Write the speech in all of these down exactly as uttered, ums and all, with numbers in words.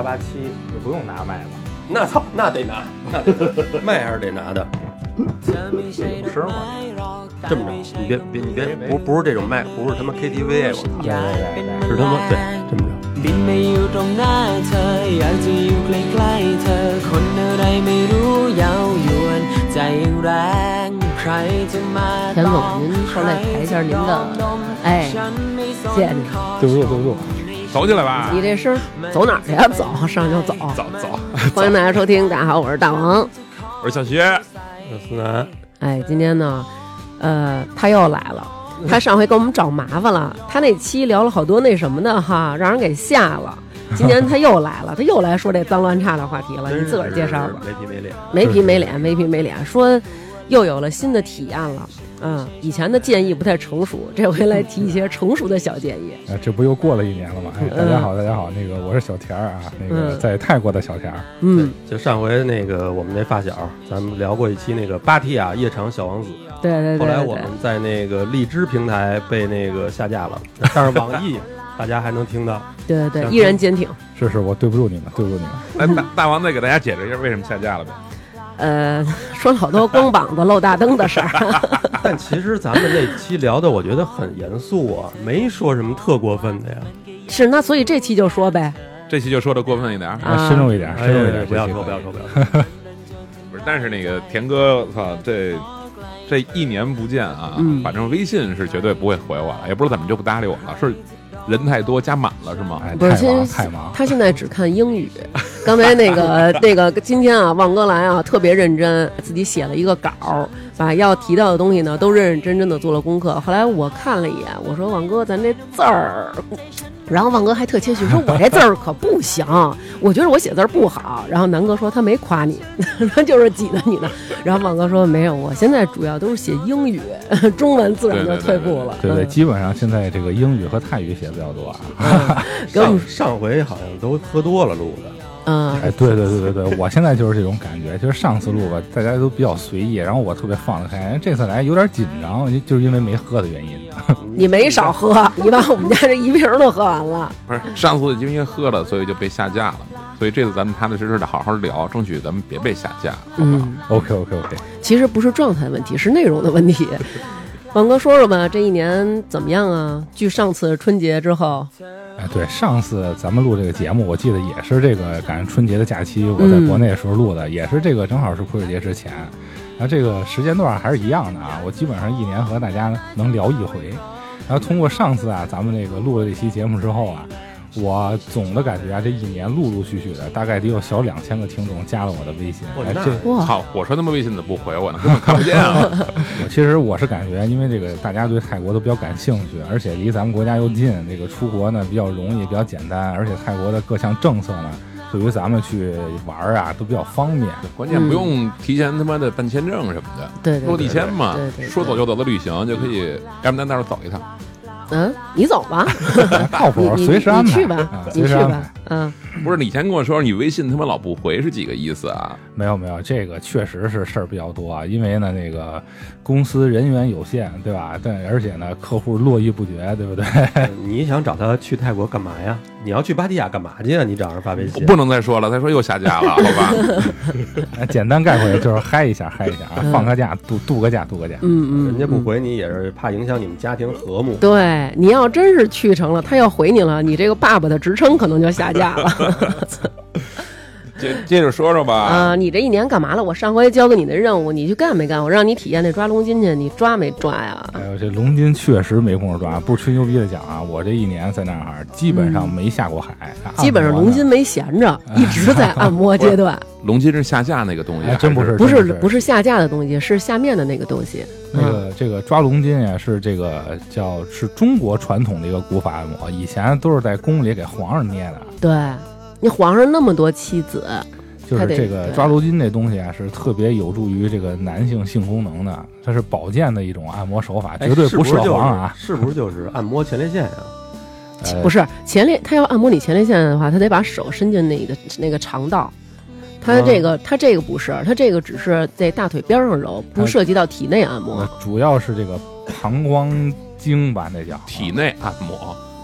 八七，也不用拿麦吧？ 那操，那得拿，那得拿麦还是得拿的。 有声吗？ 这么着，你别别你别不不是这种麦，不是他妈 K T V 我操， 对对对， 是他妈对这么着。 บินไม่อยู่ตรงหน้าเธออยากจะอยู่ใกล้ๆเธอคนอะไรไม่รู้เย้ายวนใจยังแรงใครจะมา田总，您上来抬一下您的，哎，谢谢您。 对不住对不住， 走起来吧！ 你这声走哪儿去呀？走上就走， 走走。 欢迎大家收听，大家好，我是大王， 我是小徐， 我是思南。 哎，今天呢，呃，他又来了。他上回给我们找麻烦了，他那期聊了好多那什么的哈，让人给吓了。今年他又来了，他又来说这脏乱差的话题了，你自个儿介绍吧。 没皮没脸， 没皮没脸，没皮没脸，说又有了新的体验了。嗯，以前的建议不太成熟，这回来提一些成熟的小建议。 啊，这不又过了一年了吗？哎，大家好，大家好，那个我是小田儿啊，那个在泰国的小田儿。 嗯， 就上回那个我们那发小，咱们聊过一期那个芭提雅夜场小王子。 对对对。 后来我们在那个荔枝平台被那个下架了，但是网易大家还能听到。 对对对，依然坚挺。 是是，我对不住你们，对不住你们。 来，大大王再给大家解释一下为什么下架了呗？ 呃，说了好多光膀子露大灯的事儿。 但其实咱们那期聊的，我觉得很严肃啊，没说什么特过分的呀。 是，那所以这期就说呗。 这期就说的过分一点， 啊，深入一点，深入一点， 不要说，不要说，不要说。 不是，但是那个田哥，操，这这一年不见啊， 嗯、 反正微信是绝对不会回我了，也不知道怎么就不搭理我了，是人太多加满了是吗？ 哎、 不是， 太忙太忙。 他现在只看英语。刚才那个那个今天啊，旺哥来啊，特别认真，自己写了一个稿，把要提到的东西呢都认认真真的做了功课。后来我看了一眼，我说旺哥，咱这字儿，然后旺哥还特谦虚说，我这字儿可不行，我觉得我写字儿不好。然后南哥说他没夸你，他就是挤得你呢。然后旺哥说没有，我现在主要都是写英语，中文自然就退步了。 对 对, 对, 对, 对, 对, 对、嗯，基本上现在这个英语和泰语写的比较多啊。 上上回好像都喝多了录的。 嗯， 哎，对对对对对，我现在就是这种感觉，就是上次录吧，大家都比较随意，然后我特别放得开，这次来有点紧张，就是因为没喝的原因。 你没少喝，你把我们家这一瓶都喝完了。 不是，上次因为喝了，所以就被下架了，所以这次咱们踏踏实实的好好聊，争取咱们别被下架，好吧？ 嗯 ，OK OK OK。 其实不是状态问题，是内容的问题。王哥说说吧，这一年怎么样啊？距上次春节之后， 哎，对，上次咱们录这个节目，我记得也是这个赶上春节的假期，我在国内的时候录的，嗯、也是这个正好是泼水节之前，然后这个时间段还是一样的啊。我基本上一年和大家能聊一回，然后通过上次啊，咱们这个录了这期节目之后啊。我总的感觉啊，这一年陆陆续续的，大概得有小两千个听众加了我的微信。 哎， 这好，我说他们微信怎么不回我呢？根本看不见啊！ 我其实我是感觉，因为这个大家对泰国都比较感兴趣，而且离咱们国家又近，这个出国呢比较容易，比较简单，而且泰国的各项政策呢，对于咱们去玩啊都比较方便。 关键不用提前他妈的办签证什么的， 对， 落地签嘛， 对对， 说走就走的旅行就可以，要不咱到时候走一趟。 嗯，你走吧， 靠谱，随时安排， 你去吧，你去吧。嗯， 不是，你以前跟我说你微信他妈老不回是几个意思啊？ 没有没有，这个确实是事儿比较多啊，因为呢那个公司人员有限，对吧？但而且呢客户络绎不绝，对不对？ 你想找他去泰国干嘛呀？你要去芭提雅干嘛去啊？你找人发微信？ 不能再说了，再说又下架了，好吧？ 简单概括就是嗨一下，嗨一下啊，放个假，度度个假，度个假。 嗯嗯， 人家不回你也是怕影响你们家庭和睦。 对，你要真是去成了，他要回你了，你这个爸爸的职称可能就下架了。 接接着说说吧。 啊、呃，你这一年干嘛了？我上回交给你的任务，你去干没干？我让你体验那抓龙筋去，你抓没抓呀？ 哎呦，这龙筋确实没空抓，不是吹牛逼的讲啊，我这一年在那儿基本上没下过海， 嗯、基本上龙筋没闲着，一直在按摩阶段。 龙筋是下架那个东西， 还真不是， 不是不是下架的东西，是下面的那个东西。 那个、嗯、这个抓龙筋呀，是这个叫是中国传统的一个古法按摩，以前都是在宫里给皇上捏的。 对。你皇上那么多妻子， 就是这个抓龙筋这东西啊，是特别有助于这个男性性功能的，它是保健的一种按摩手法，绝对不涉黄啊！ 是不是就是按摩前列腺呀、 啊？呃、不是前列，他要按摩你前列腺的话，他得把手伸进那个那个肠道。他这个，他这个不是，他这个只是在大腿边上揉，不涉及到体内按摩。 主要是这个膀胱经吧，那叫体内按摩。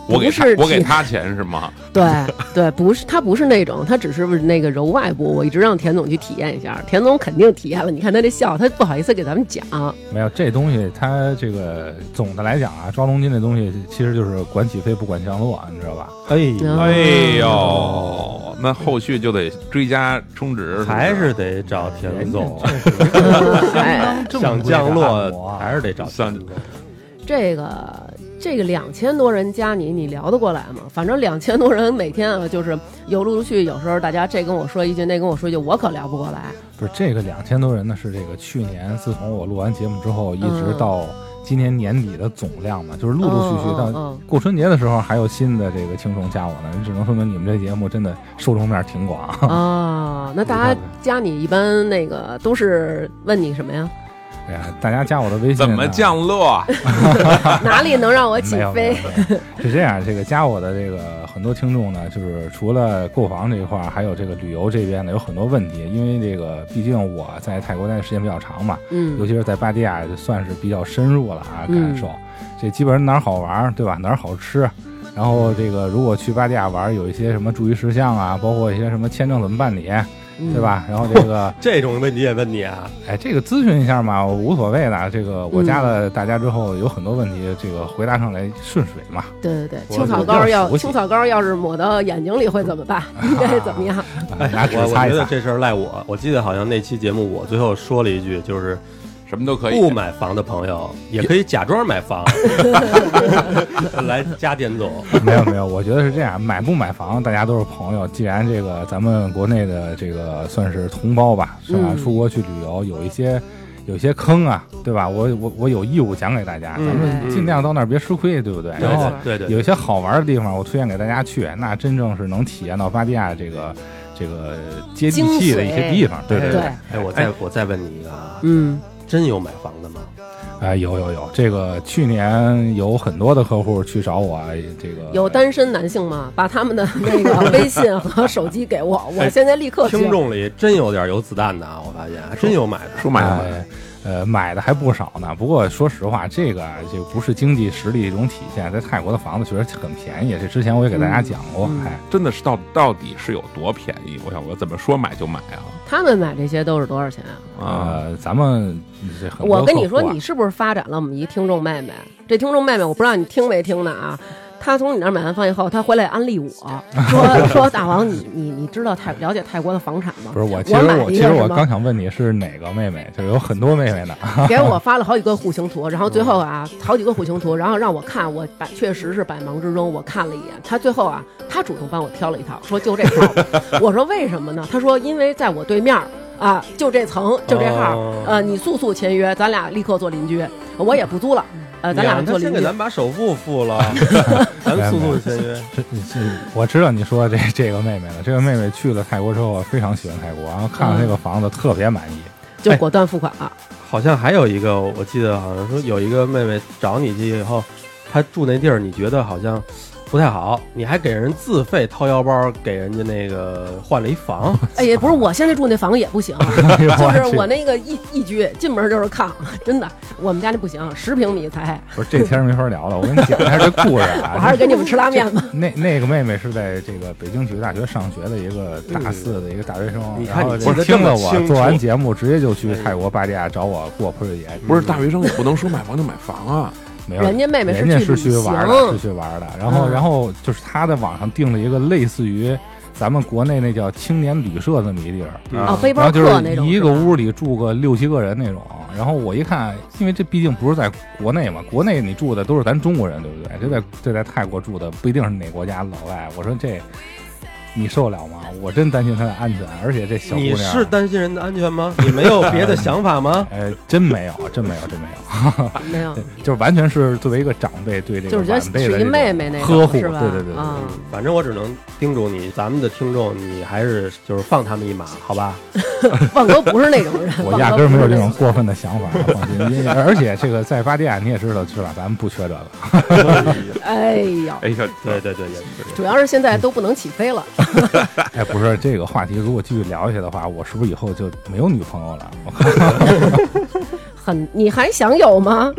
我给他不是我给他钱是吗？ 对对，不是他不是那种，他只是那个揉外部。我一直让田总去体验一下，田总肯定体验了。你看他这笑，他不好意思给咱们讲。 没有这东西，它这个总的来讲啊，抓龙筋这东西其实就是管起飞不管降落，你知道吧？ 哎嗯哎呦，那后续就得追加充值，是不是还是得找田总， 哎， 想降落还是得找田总。 这个这个两千多人加你，你聊得过来吗？反正两千多人每天啊，就是有陆陆续续，有时候大家这跟我说一句，那跟我说一句，我可聊不过来。 不是这个两千多人呢，是这个去年自从我录完节目之后，一直到今年年底的总量嘛，就是陆陆续续到过春节的时候，还有新的这个听众加我呢，只能说明你们这节目真的受众面挺广啊。那大家加你一般那个都是问你什么呀？ 哎呀，大家加我的微信怎么降落？ 哪里能让我起飞？ 是这样，这个加我的这个很多听众呢，就是除了购房这一块，还有这个旅游这边呢，有很多问题。因为这个毕竟我在泰国待的时间比较长嘛，嗯，尤其是在芭提雅，就算是比较深入了啊，感受。嗯、这基本上哪儿好玩，对吧？哪儿好吃。然后这个如果去芭提雅玩，有一些什么注意事项啊，包括一些什么签证怎么办理。对吧？然后这个这种问题也问你啊？ 哎，这个咨询一下嘛，我无所谓的。这个我加了大家之后，有很多问题，这个回答上来顺水嘛。 对对对，青草膏要青草膏要是抹到眼睛里会怎么办？应该怎么样？ 哎，拿纸我擦一擦。 我觉得这事儿赖我。我记得好像那期节目我最后说了一句，就是什么都可以。 不买房的朋友也可以假装买房来加田总。 没有没有，我觉得是这样，买不买房大家都是朋友。既然这个咱们国内的这个算是同胞吧，是吧？出国去旅游有一些有一些坑啊，对吧？我我我有义务讲给大家，咱们尽量到那儿别吃亏，对不对？然后对对， 有一些好玩的地方，我推荐给大家去，那真正是能体验到芭提雅这个这个接地气的一些地方。对对对。 哎，我再我再问你一个啊， 嗯， 真有买房的吗？ 哎，有有有，这个去年有很多的客户去找我，这个有单身男性吗？把他们的那个微信和手机给我，我现在立刻去。 听众里真有点有子弹的啊，我发现还真有买的， 说买的。 哎呃，买的还不少呢。不过说实话，这个就不是经济实力一种体现。在泰国的房子确实很便宜，这之前我也给大家讲过。 嗯、 哎， 真的是到到底是有多便宜？我想我怎么说买就买啊？ 他们买这些都是多少钱啊？ 呃，咱们这很我跟你说，你是不是发展了我们一听众妹妹？这听众妹妹，我不知道你听没听呢啊。他从你那儿买完房以后，他回来安利我说说大王，你你你知道泰了解泰国的房产吗？ 不是我，其实我其实我刚想问你是哪个妹妹，就有很多妹妹呢。 给我发了好几个户型图，然后最后啊，好几个户型图，然后让我看，我百确实是百忙之中我看了一眼，他最后啊，他主动帮我挑了一套，说就这套。我说为什么呢？他说因为在我对面啊，就这层就这号，呃，你速速签约，咱俩立刻做邻居，我也不租了。呃，咱俩做邻居， 先给咱把首付付了，咱速速签约。 我知道你说这这个妹妹了，这个妹妹去了泰国之后非常喜欢泰国，然后看了这个房子特别满意， 就果断付款了。 好像还有一个，我记得好像说有一个妹妹找你去以后，她住那地儿，你觉得好像不太好，你还给人自费掏腰包给人家那个换了一房。 哎呀，不是，我现在住那房也不行，就是我那个一一居进门就是炕，真的，我们家那不行，十平米才。 不是这天没法聊了，我跟你讲一下这故事啊。 我还是给你们吃拉面吧。 那那个妹妹是在这个北京体育大学上学的一个大四的一个大学生， 你看你不是听了我做完节目，直接就去泰国芭提雅找我过泼水节。 不是大学生也不能说买房就买房啊。 没有， 人家妹妹人家是去玩的，是去玩的。然后， 嗯、 然后就是他在网上订了一个类似于咱们国内那叫青年旅社这么一地儿啊，背包客那种， 一个屋里住个六七个人那种。然后我一看，因为这毕竟不是在国内嘛，国内你住的都是咱中国人，对不对？这在这在泰国住的不一定是哪国家老外。我说这。你受得了吗？我真担心他的安全，而且这小姑娘， 你是担心人的安全吗？你没有别的想法吗？ 呃，真没有，真没有，真没有， 没有， 就是完全是作为一个长辈对这个晚辈的妹妹那呵护， 对对对对， 嗯， 反正我只能叮嘱你，咱们的听众，你还是就是放他们一马，好吧？ 旺哥不是那种人， 我压根没有这种过分的想法，放心。而且这个在芭提雅你也知道是吧？咱们不缺这个。 哎呀， 哎呀， 对对对，也是。 主要是现在都不能起飞了。 哎，不是这个话题，如果继续聊下去的话，我是不是以后就没有女朋友了？ 很，你还想有吗？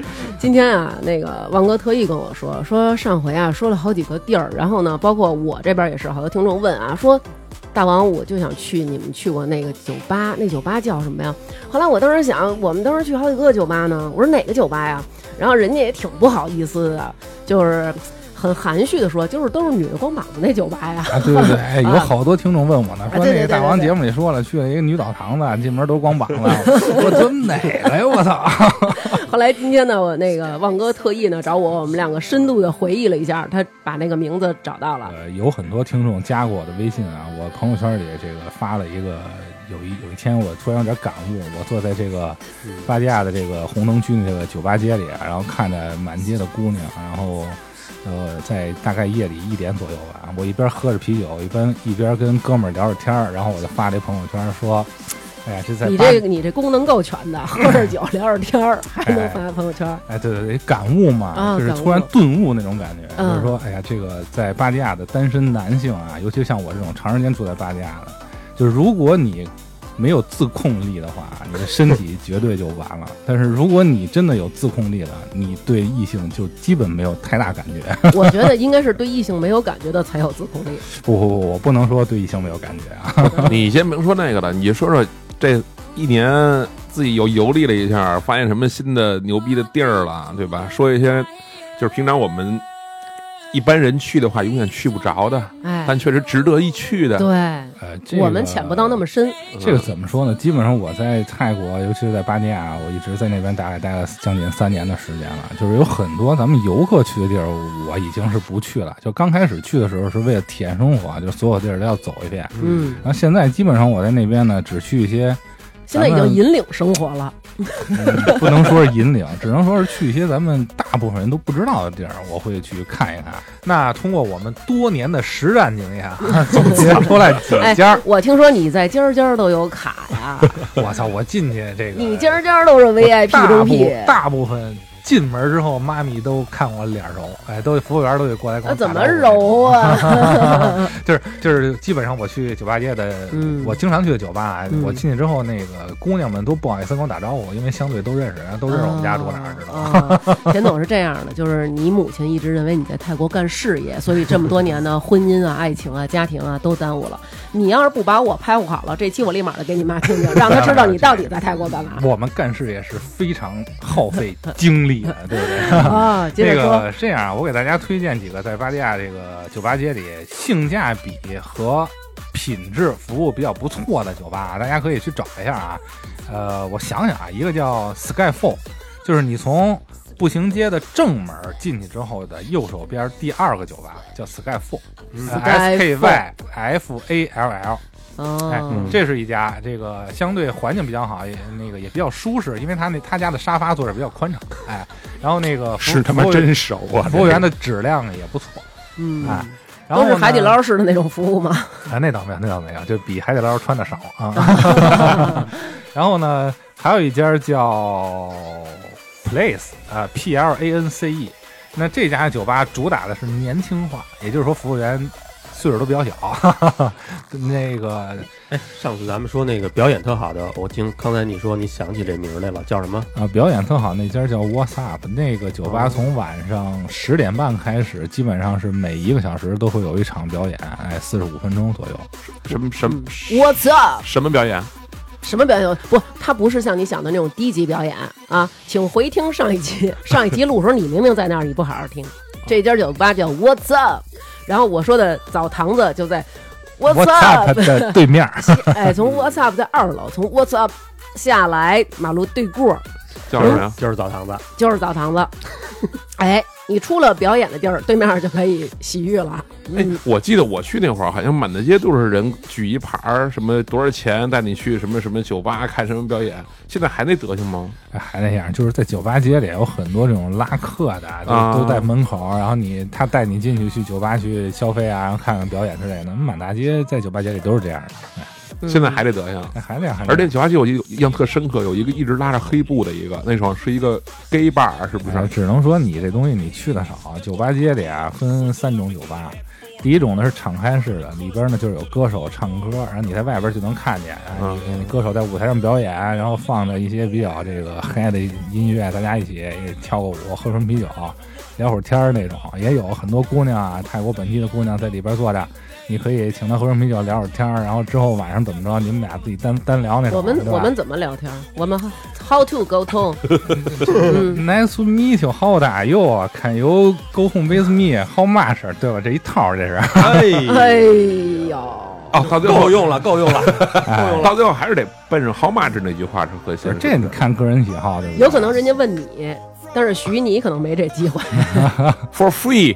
今天啊，那个旺哥特意跟我说，说上回啊说了好几个地儿，然后呢，包括我这边也是，好多听众问啊，说大王我就想去你们去过那个酒吧，那酒吧叫什么呀？后来我当时想，我们当时去好几个酒吧呢，我说哪个酒吧呀？然后人家也挺不好意思的，就是很含蓄的说，就是都是女的光膀子那酒吧呀。 啊，对对对，哎，有好多听众问我呢，说那啊对对对个大王节目里说了，去了一个女澡堂子，进门都光膀子，我说哪个呀？我操！ 后来今天呢，我那个旺哥特意呢找我，我们两个深度的回忆了一下，他把那个名字找到了。 呃，有很多听众加过我的微信啊，我朋友圈里这个发了一个，有一有一天我突然有点感悟，我坐在这个巴迪亚的这个红灯区的这个酒吧街里，然后看着满街的姑娘，然后。呃，在大概夜里一点左右吧，我一边喝着啤酒，一边一边跟哥们儿聊着天儿，然后我就发这朋友圈说：“哎呀，这在你这个你这功能够全的，喝着酒聊着天儿，还能发朋友圈。 哎，对对对，感悟嘛， 啊、 就是突然顿悟那种感觉， 嗯、 就是说，哎呀，这个在巴迪亚的单身男性啊，尤其像我这种长时间住在巴迪亚的，就是如果你没有自控力的话，你的身体绝对就完了。但是如果你真的有自控力了，你对异性就基本没有太大感觉。 我觉得应该是对异性没有感觉的才有自控力。 不不不，我不能说对异性没有感觉啊。 你先甭说那个了，你就说说这一年自己又游历了一下，发现什么新的牛逼的地儿了，对吧？说一些就是平常我们一般人去的话永远去不着的， 哎， 但确实值得一去的。 对， 呃，这个、 我们潜不到那么深。 这个怎么说呢？基本上我在泰国，尤其是在巴迪亚，我一直在那边大概待了将近三年的时间了。就是有很多咱们游客去的地儿，我已经是不去了。就刚开始去的时候是为了体验生活，就所有地儿都要走一遍。 嗯， 然后现在基本上我在那边呢，只去一些。 现在已经引领生活了、 嗯，不能说是引领，只能说是去一些咱们大部分人都不知道的地儿，我会去看一看。 那通过我们多年的实战经验，总结出来几家、 哎。我听说你在家家都有卡呀！ 我操，我进去这个， 你家家都是 V I P 中 P， 大部分。进门之后，妈咪都看我脸揉，哎，都服务员都得过来跟我打招呼。 怎么揉啊？ 就是就是，基本上我去酒吧街的， 嗯、 我经常去的酒吧， 嗯、 我进去之后，那个姑娘们都不好意思跟我打招呼，因为相对都认识，然后都认识我们家住哪儿，知道吗？ 哦、田总是这样的，就是你母亲一直认为你在泰国干事业，所以这么多年呢，婚姻啊、爱情啊、家庭啊都耽误了。你要是不把我拍护好了，这期我立马的给你妈听听，让她知道你到底在泰国干嘛。 我们干事业是非常耗费精力的，对不对？ 啊，接着说。 这个这样，我给大家推荐几个在巴迪亚这个酒吧街里性价比和品质服务比较不错的酒吧，大家可以去找一下啊。呃，我想想啊，一个叫 Skyfall， 就是你从步行街的正门进去之后的右手边第二个酒吧叫 Skyfall， 嗯呃、S K Y F A L L。 哦， 哎，这是一家，这个相对环境比较好，也那个也比较舒适，因为他那他家的沙发坐着比较宽敞，哎，然后那个是他妈真熟啊， 服务员的质量也不错， 嗯， 哎，然后都是海底捞式的那种服务吗？ 啊，那倒没有，那倒没有，就比海底捞穿的少啊。然后呢，还有一家叫 Place 啊 ，P L A N C E， 那这家酒吧主打的是年轻化，也就是说服务员岁数都比较小，哈哈，那个， 哎，上次咱们说那个表演特好的，我听刚才你说你想起这名来了，叫什么啊？表演特好那家叫 What's Up， 那个酒吧从晚上十点半开始，基本上是每一个小时都会有一场表演，哎，四十五分钟左右。 什么什么 ？What's up？ 什么表演？ 什么表演？不，它不是像你想的那种低级表演啊，请回听上一集，上一集录的时候你明明在那儿，你不好好听。这家酒吧叫 What's Up。然后我说的澡堂子就在 What's Up 的对面， 哎，从 What's Up 在二楼，从 What's Up 下来马路对过， 叫什么呀？ 就是澡堂子， 就是澡堂子。哎，你出了表演的地儿，对面就可以洗浴了。 哎，我记得我去那会儿，好像满大街都是人举一牌儿，什么多少钱带你去什么什么酒吧看什么表演。现在还那德行吗？ 哎，还那样，就是在酒吧街里有很多这种拉客的，都、啊、都在门口，然后你他带你进去去酒吧去消费啊，然后看看表演之类的。满大街在酒吧街里都是这样的。哎现在还这德行， 哎、还这样， 而且酒吧街我印象特深刻，有一个一直拉着黑布的一个，那时候是一个 gay bar， 是不是？ 哎、只能说你这东西你去的少。酒吧街里啊，分三种酒吧， 第一种呢是敞开式的，里边呢就是有歌手唱歌，然后你在外边就能看见，然后你你歌手在舞台上表演，然后放着一些比较这个嗨的音乐，大家一起跳个舞，喝瓶啤酒，聊会儿天儿那种。也有很多姑娘啊，泰国本地的姑娘在里边坐着，你可以请她喝瓶啤酒聊会儿天儿，然后之后晚上怎么着，你们俩自己单单聊那种。 我们我们怎么聊天？我们 how to 沟通 ？Nice to meet you. How are you? Can you go home with me? How much? 对吧？这一套这是。 哎哎呦， 哦，到最后够用了，够用了， 哎够用了。 到最后还是得奔着 how much 那句话是核心。 这你看个人喜好，对不对？ 有可能人家问你，但是许你可能没这机会。 for free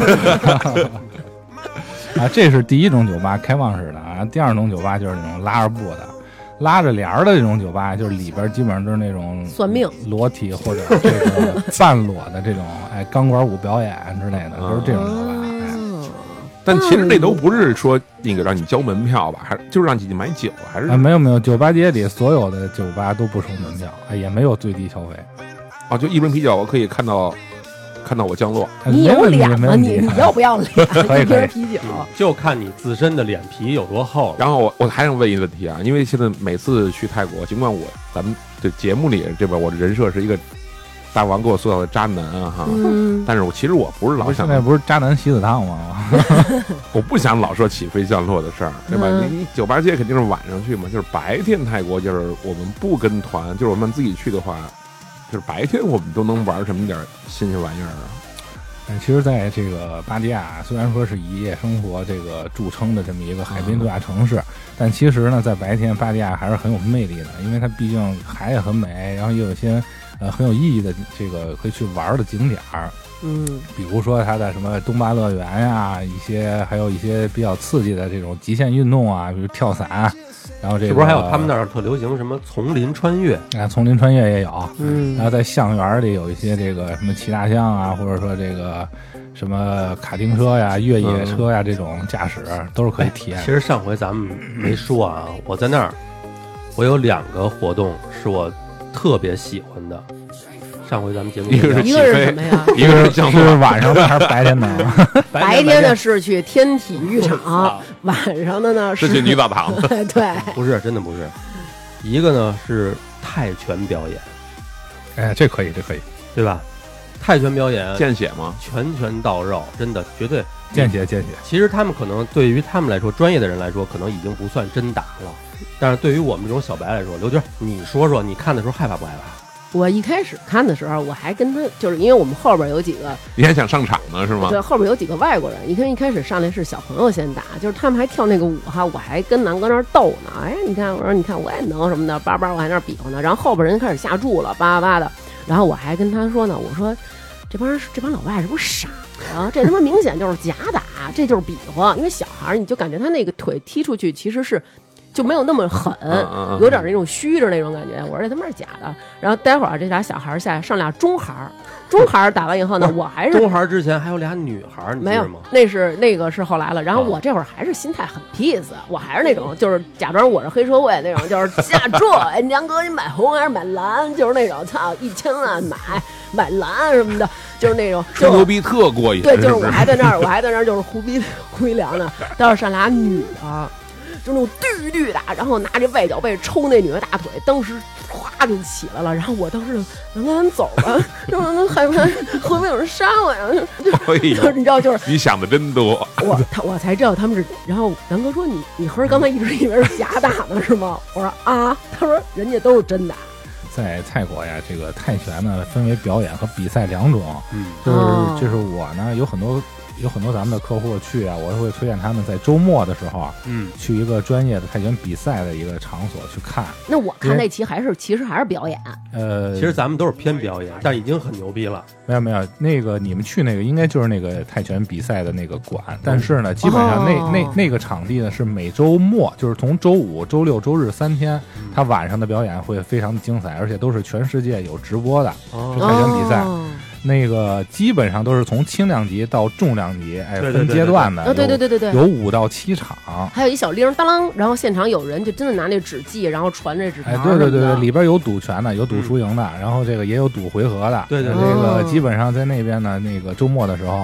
啊，这是第一种酒吧，开放式的啊。第二种酒吧就是那种拉着布的。拉着帘儿的这种酒吧，就是里边基本上都是那种算命、 裸体或者这个半裸的这种，哎，钢管舞表演之类的，都是这种酒吧。哎， 但其实那都不是说那个让你交门票吧，还是就是让你买酒，还是啊，没有没有，酒吧街里所有的酒吧都不收门票，哎，也没有最低消费。 哦，就一瓶啤酒我可以看到看到我降落。 你有脸吗？你你要不要脸？一瓶啤酒， 就看你自身的脸皮有多厚。 然后我我还想问一个问题啊，因为现在每次去泰国，尽管我咱们这节目里这边我的人设是一个大王给我塑造的渣男啊哈， 嗯、 但是我其实我不是老想， 现在不是渣男洗子烫吗？ 我不想老说起飞降落的事儿，对吧？ 嗯、 你你酒吧街肯定是晚上去嘛，就是白天泰国就是我们不跟团，就是我们自己去的话，就是白天我们都能玩什么点新鲜玩意儿啊。 其实，在这个芭提雅，虽然说是以夜生活这个著称的这么一个海滨度假城市，但其实呢，在白天芭提雅还是很有魅力的，因为它毕竟海也很美，然后也有一些呃很有意义的这个可以去玩的景点儿。 嗯， 比如说它的什么东巴乐园呀，一些还有一些比较刺激的这种极限运动啊，比如跳伞。然后这个是不是还有他们那儿特流行什么丛林穿越？ 啊，丛林穿越也有。 嗯， 然后在象园里有一些这个什么骑大象啊，或者说这个什么卡丁车呀、越野车呀、嗯、这种驾驶都是可以体验的。 其实上回咱们没说啊，我在那儿，我有两个活动是我特别喜欢的。上回咱们节目一个是一个是什么呀？ 一个是是晚上的还是白天的？ 白天的是去天体育场，晚上的呢是去女澡堂。 对， 不是真的不是。一个呢是泰拳表演， 哎，这可以，这可以， 对吧？泰拳表演见血吗？ 拳拳到肉，真的绝对见血见血。 其实他们可能对于他们来说，专业的人来说，可能已经不算真打了。但是对于我们这种小白来说，刘娟，你说说，你看的时候害怕不害怕？ 我一开始看的时候，我还跟他，就是因为我们后边有几个， 你还想上场呢是吗？ 对，后边有几个外国人。你看一开始上来是小朋友先打，就是他们还跳那个舞哈，我还跟南哥那儿逗呢。哎，你看，我说你看我也能什么的，叭叭我还那儿比划呢。然后后边人开始下注了，叭叭的。然后我还跟他说呢，我说这帮人这帮老外是不是傻啊？这他妈明显就是假打，这就是比划。因为小孩你就感觉他那个腿踢出去其实是。就没有那么狠，有点那种虚着那种感觉。我说这他妈是假的。然后待会儿这俩小孩下来上俩中孩，中孩打完以后呢，我还是中孩之前还有俩女孩，你没有吗？那是那个是后来了。然后我这会儿还是心态很 peace，我还是那种就是假装我是黑社会那种，就是下注，哎，梁哥你买红还是买蓝？就是那种操一千万买买蓝什么的，就是那种吹牛逼特过瘾。 对，就是我还在那儿，我还在那儿就是胡逼胡逼凉呢。待会儿上俩女的。就那种巨巨打，然后拿这外脚背抽那女的大腿，当时咵就起来了。然后我当时能跟咱走吧，然后害怕会不会有人杀我呀？就、 哎、 就是你知道，就是你想的真多。 我他我才知道他们是。然后南哥说你你和刚才一直以为是假打呢是吗？我说啊，他说人家都是真打。 在泰国呀，这个泰拳呢分为表演和比赛两种。 嗯， 就是就是我呢有很多。有很多咱们的客户去啊，我会推荐他们在周末的时候啊， 嗯， 去一个专业的泰拳比赛的一个场所去看。 那我看那期还是其实还是表演。 呃， 其实咱们都是偏表演，但已经很牛逼了。 没有没有，那个你们去那个应该就是那个泰拳比赛的那个馆，但是呢，基本上那、哦、那那个场地呢是每周末，就是从周五、周六、周日三天，他晚上的表演会非常的精彩，而且都是全世界有直播的， 哦、 是泰拳比赛。哦那个基本上都是从轻量级到重量级，哎， 对对对对分阶段的。 对对对对对， 有五到七场， 还有一小铃当啷，然后现场有人就真的拿那纸记，然后传这纸条。 哎，对对对对，里边有赌拳的，有赌输赢的，嗯、然后这个也有赌回合的。 对对， 这个基本上在那边呢，那个周末的时候，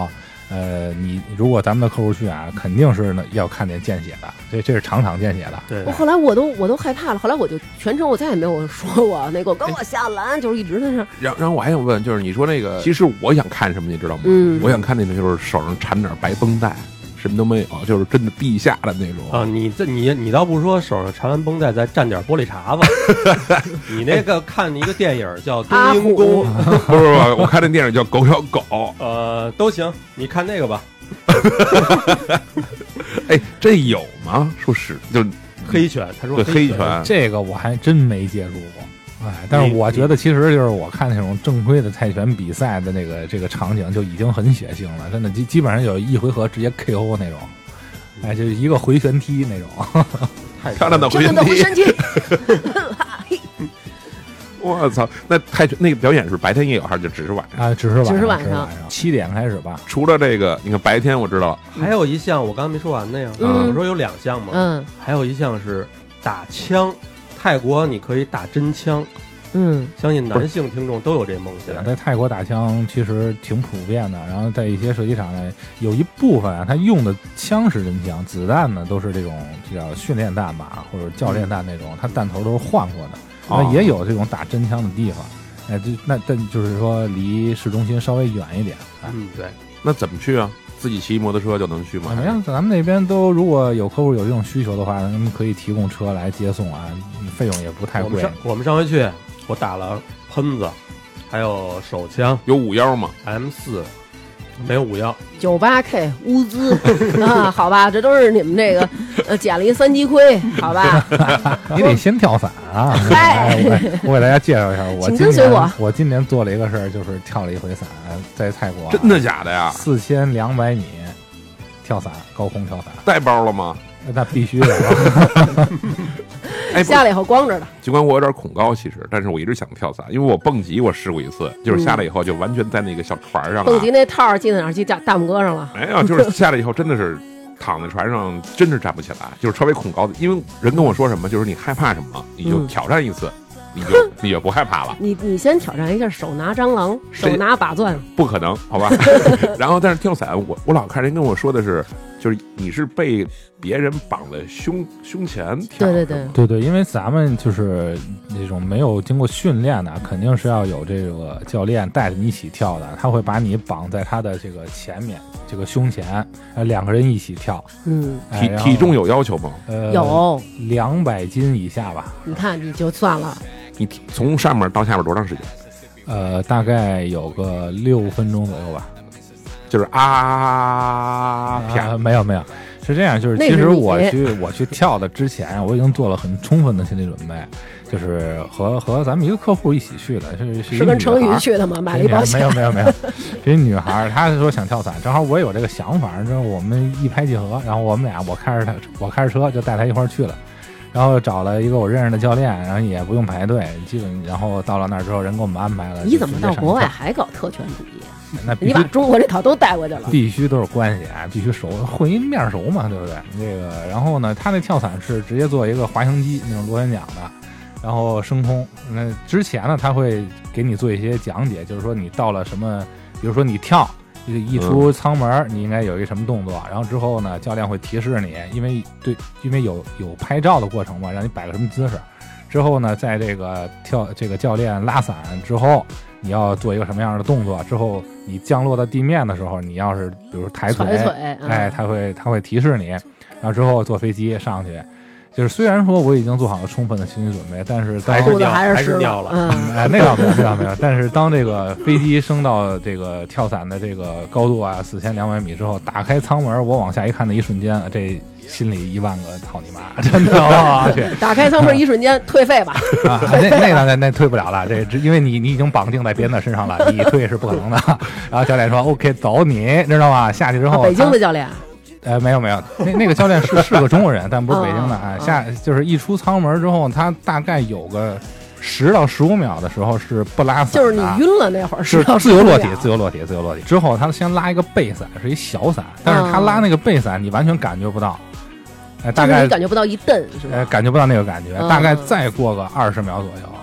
呃，你如果咱们的客户去啊，肯定是呢要看见见血的，这这是场场见血的。 对我，后来我都我都害怕了，后来我就全程我再也没有说过那个跟我下篮，就是一直在那。 然然后我还想问，就是你说那个，其实我想看什么，你知道吗？ 嗯我想看那个就是手上缠点白绷带，什么都没有，就是真的地下的那种啊，你这你你倒不说手上缠完绷带再蘸点玻璃碴子，你那个看一个电影叫《冬阴功》， 不是不是，我看那电影叫《狗咬狗》， 呃，都行，你看那个吧。 哎，这有吗？说是就是黑拳，他说对黑拳， 这个我还真没接触过。哎，但是我觉得其实就是我看那种正规的泰拳比赛的那个这个场景就已经很血腥了，真的基基本上有一回合直接 K O 那种，哎，就是一个回旋踢那种， 太漂亮的回真的回旋踢。 身踢， 我操！那泰拳那个表演是白天也有，还是就只是晚上？ 啊，只是晚上， 只是晚上上七点开始吧。 除了这个，你看白天我知道， 还有一项我刚刚没说完呢呀， 嗯我说有两项嘛， 嗯还有一项是打枪，泰国你可以打真枪， 嗯， 相信男性听众都有这梦想。 在泰国打枪其实挺普遍的，然后在一些射击场呢，有一部分啊，他用的枪是真枪，子弹呢都是这种叫训练弹吧，或者教练弹那种，它弹头都是换过的。 哦那也有这种打真枪的地方，哎，就那但就是说离市中心稍微远一点。哎， 嗯，对， 那怎么去啊？自己骑摩托车就能去吗？ 怎么样？咱们那边都如果有客户有这种需求的话，咱们可以提供车来接送啊，费用也不太贵我们上。我们上回去，我打了喷子，还有手枪有五幺吗？ M 四，没有五幺。 九八 K 乌兹啊，好吧，这都是你们这个呃捡了一三级盔，好吧？ 你得先跳伞啊！ 嗨哎我我给大家介绍一下，我请今年跟随我我今年做了一个事儿，就是跳了一回伞，在泰国真的假的呀？ 四千两百米跳伞，高空跳伞， 带包了吗？ 那必须的。 哎，不下来以后光着的， 尽管我有点恐高，其实，但是我一直想跳伞，因为我蹦极我试过一次，就是下来以后就完全在那个小船上、啊， 蹦极那套儿系在哪儿？系大大拇哥上了。 没有，就是下来以后真的是躺在船上，真是站不起来，就是稍微恐高的。因为人跟我说什么，就是你害怕什么，你就嗯挑战一次，你就你就不害怕了。 你你先挑战一下，手拿蟑螂，手拿把钻， 不可能，好吧？然后，但是跳伞，我我老看人跟我说的是，就是你是被别人绑在胸胸前跳， 对对对， 对对，因为咱们就是那种没有经过训练的，肯定是要有这个教练带着你一起跳的，他会把你绑在他的这个前面，这个胸前，呃，两个人一起跳。 嗯， 哎然后体体重有要求吗？ 呃有， 两百斤以下吧， 你看你就算了， 你体从上面到下面多长时间？ 呃，大概有个六分钟左右吧。 就是啊啪， 啊，没有没有，是这样，就是那是你其实我去我去跳的之前，我已经做了很充分的心理准备，就是和和咱们一个客户一起去的，是是一是跟成女孩儿宇去的吗？买了一没有没保险， 有没有没有，是一女孩儿，她是说想跳伞，正好我也有这个想法，之后我们一拍即合，然后我们俩我开着她，我开着车就带她一块儿去了。然后找了一个我认识的教练，然后也不用排队，基本然后到了那儿之后，人给我们安排了。 你怎么到国外就还搞特权主义？ 那必须你把中国这套都带过去了。 必须都是关系啊，必须熟，混一面熟嘛，对不对？这个，然后呢，他那跳伞是直接做一个滑行机那种螺旋桨的，然后升空。那之前呢，他会给你做一些讲解，就是说你到了什么，比如说你跳。一出舱门，你应该有一个什么动作，然后之后呢，教练会提示你，因为对，因为有有拍照的过程嘛，让你摆个什么姿势。之后呢，在这个跳这个教练拉伞之后，你要做一个什么样的动作？之后你降落到地面的时候，你要是比如抬腿， 抬腿嗯哎，他会他会提示你，然后之后坐飞机上去。就是虽然说我已经做好了充分的心理准备，但是当还是裤子尿还是还是湿尿了嗯， 哎，那倒没有，那倒没有。但是当这个飞机升到这个跳伞的这个高度啊，四千两百米之后，打开舱门，我往下一看的一瞬间，这心里一万个操你妈，真的我去打开舱门一瞬间退费吧。 啊！那那个那那退不了了，这只因为你你已经绑定在别人的身上了，你退是不可能的。然后教练说 OK， 走你，知道吗？下去之后， 北京的教练， 呃，没有没有，那那个教练是是个中国人，但不是北京的哦啊。下就是一出舱门之后，他大概有个十到十五秒的时候是不拉伞的， 就是你晕了那会儿， 是到自由落体十五，秒自由落体，自由落体。之后他先拉一个背伞，是一小伞，但是他拉那个背伞，你完全感觉不到，哎，大就是概你感觉不到一蹬，是吧？ 呃感觉不到那个感觉， 嗯大概再过个二十秒左右，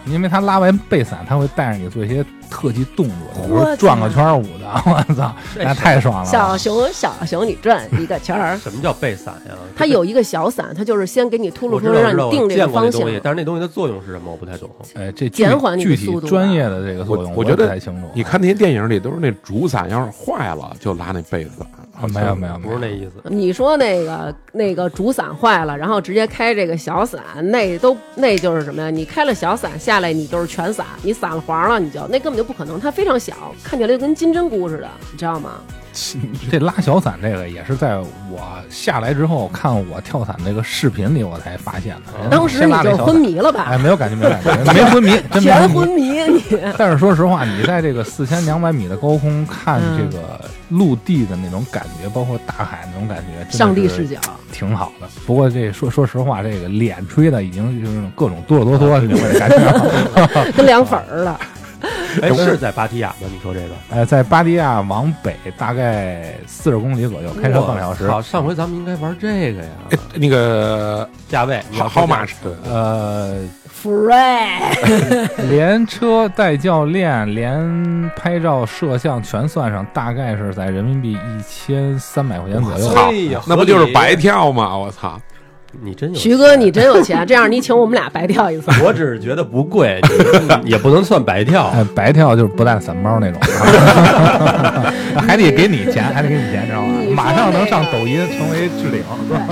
因为他拉完背伞，他会带着你做一些特技动作，比如我说转个圈舞的，我操，那太爽了。 小熊小熊，你转一个圈儿。 什么叫背伞呀？ 它有一个小伞，它就是先给你秃噜秃噜， 我知道， 让你定这个方向。 但是那东西的作用是什么？我不太懂。 哎，这减缓你的具速度体专业的这个作用， 我觉得不太清楚。 你看那些电影里都是那主伞要是坏了就拉那背伞， 啊没有没有， 不是那意思。 你说那个那个主伞坏了，然后直接开这个小伞，那都那就是什么呀？你开了小伞下来，你就是全伞，你伞了黄了，你就那根本就不可能，它非常小，看起来就跟金针菇似的，你知道吗？ 这拉小伞这个也是在我下来之后看我跳伞这个视频里我才发现的。 当时你就昏迷了吧？ 哎，没有感觉，没有感觉，没昏迷，真没全昏迷你。 但是说实话，你在这个四千两百米的高空看这个陆地的那种感觉，包括大海那种感觉， 上帝视角挺好的。不过这说说实话，这个脸吹的已经就是各种哆哆嗦嗦，你会感觉跟凉粉儿了。 哎，是在芭提雅吗？你说这个？ 哎，在芭提雅往北大概四十公里左右，开车半个小时。 好，上回咱们应该玩这个呀。 哎，那个价位好好马是呃 ，Free， 连车带教练，连拍照摄像全算上，大概是在人民币一千三百块钱左右。 哎呀， 那不就是白跳吗？我操！ 你真有徐哥，你真有钱，这样你请我们俩白跳一次。 我只是觉得不贵，也不能算白跳。 哎，白跳就是不带伞包那种，还得给你钱，还得给你钱，知道吗？马上能上抖音成为置顶。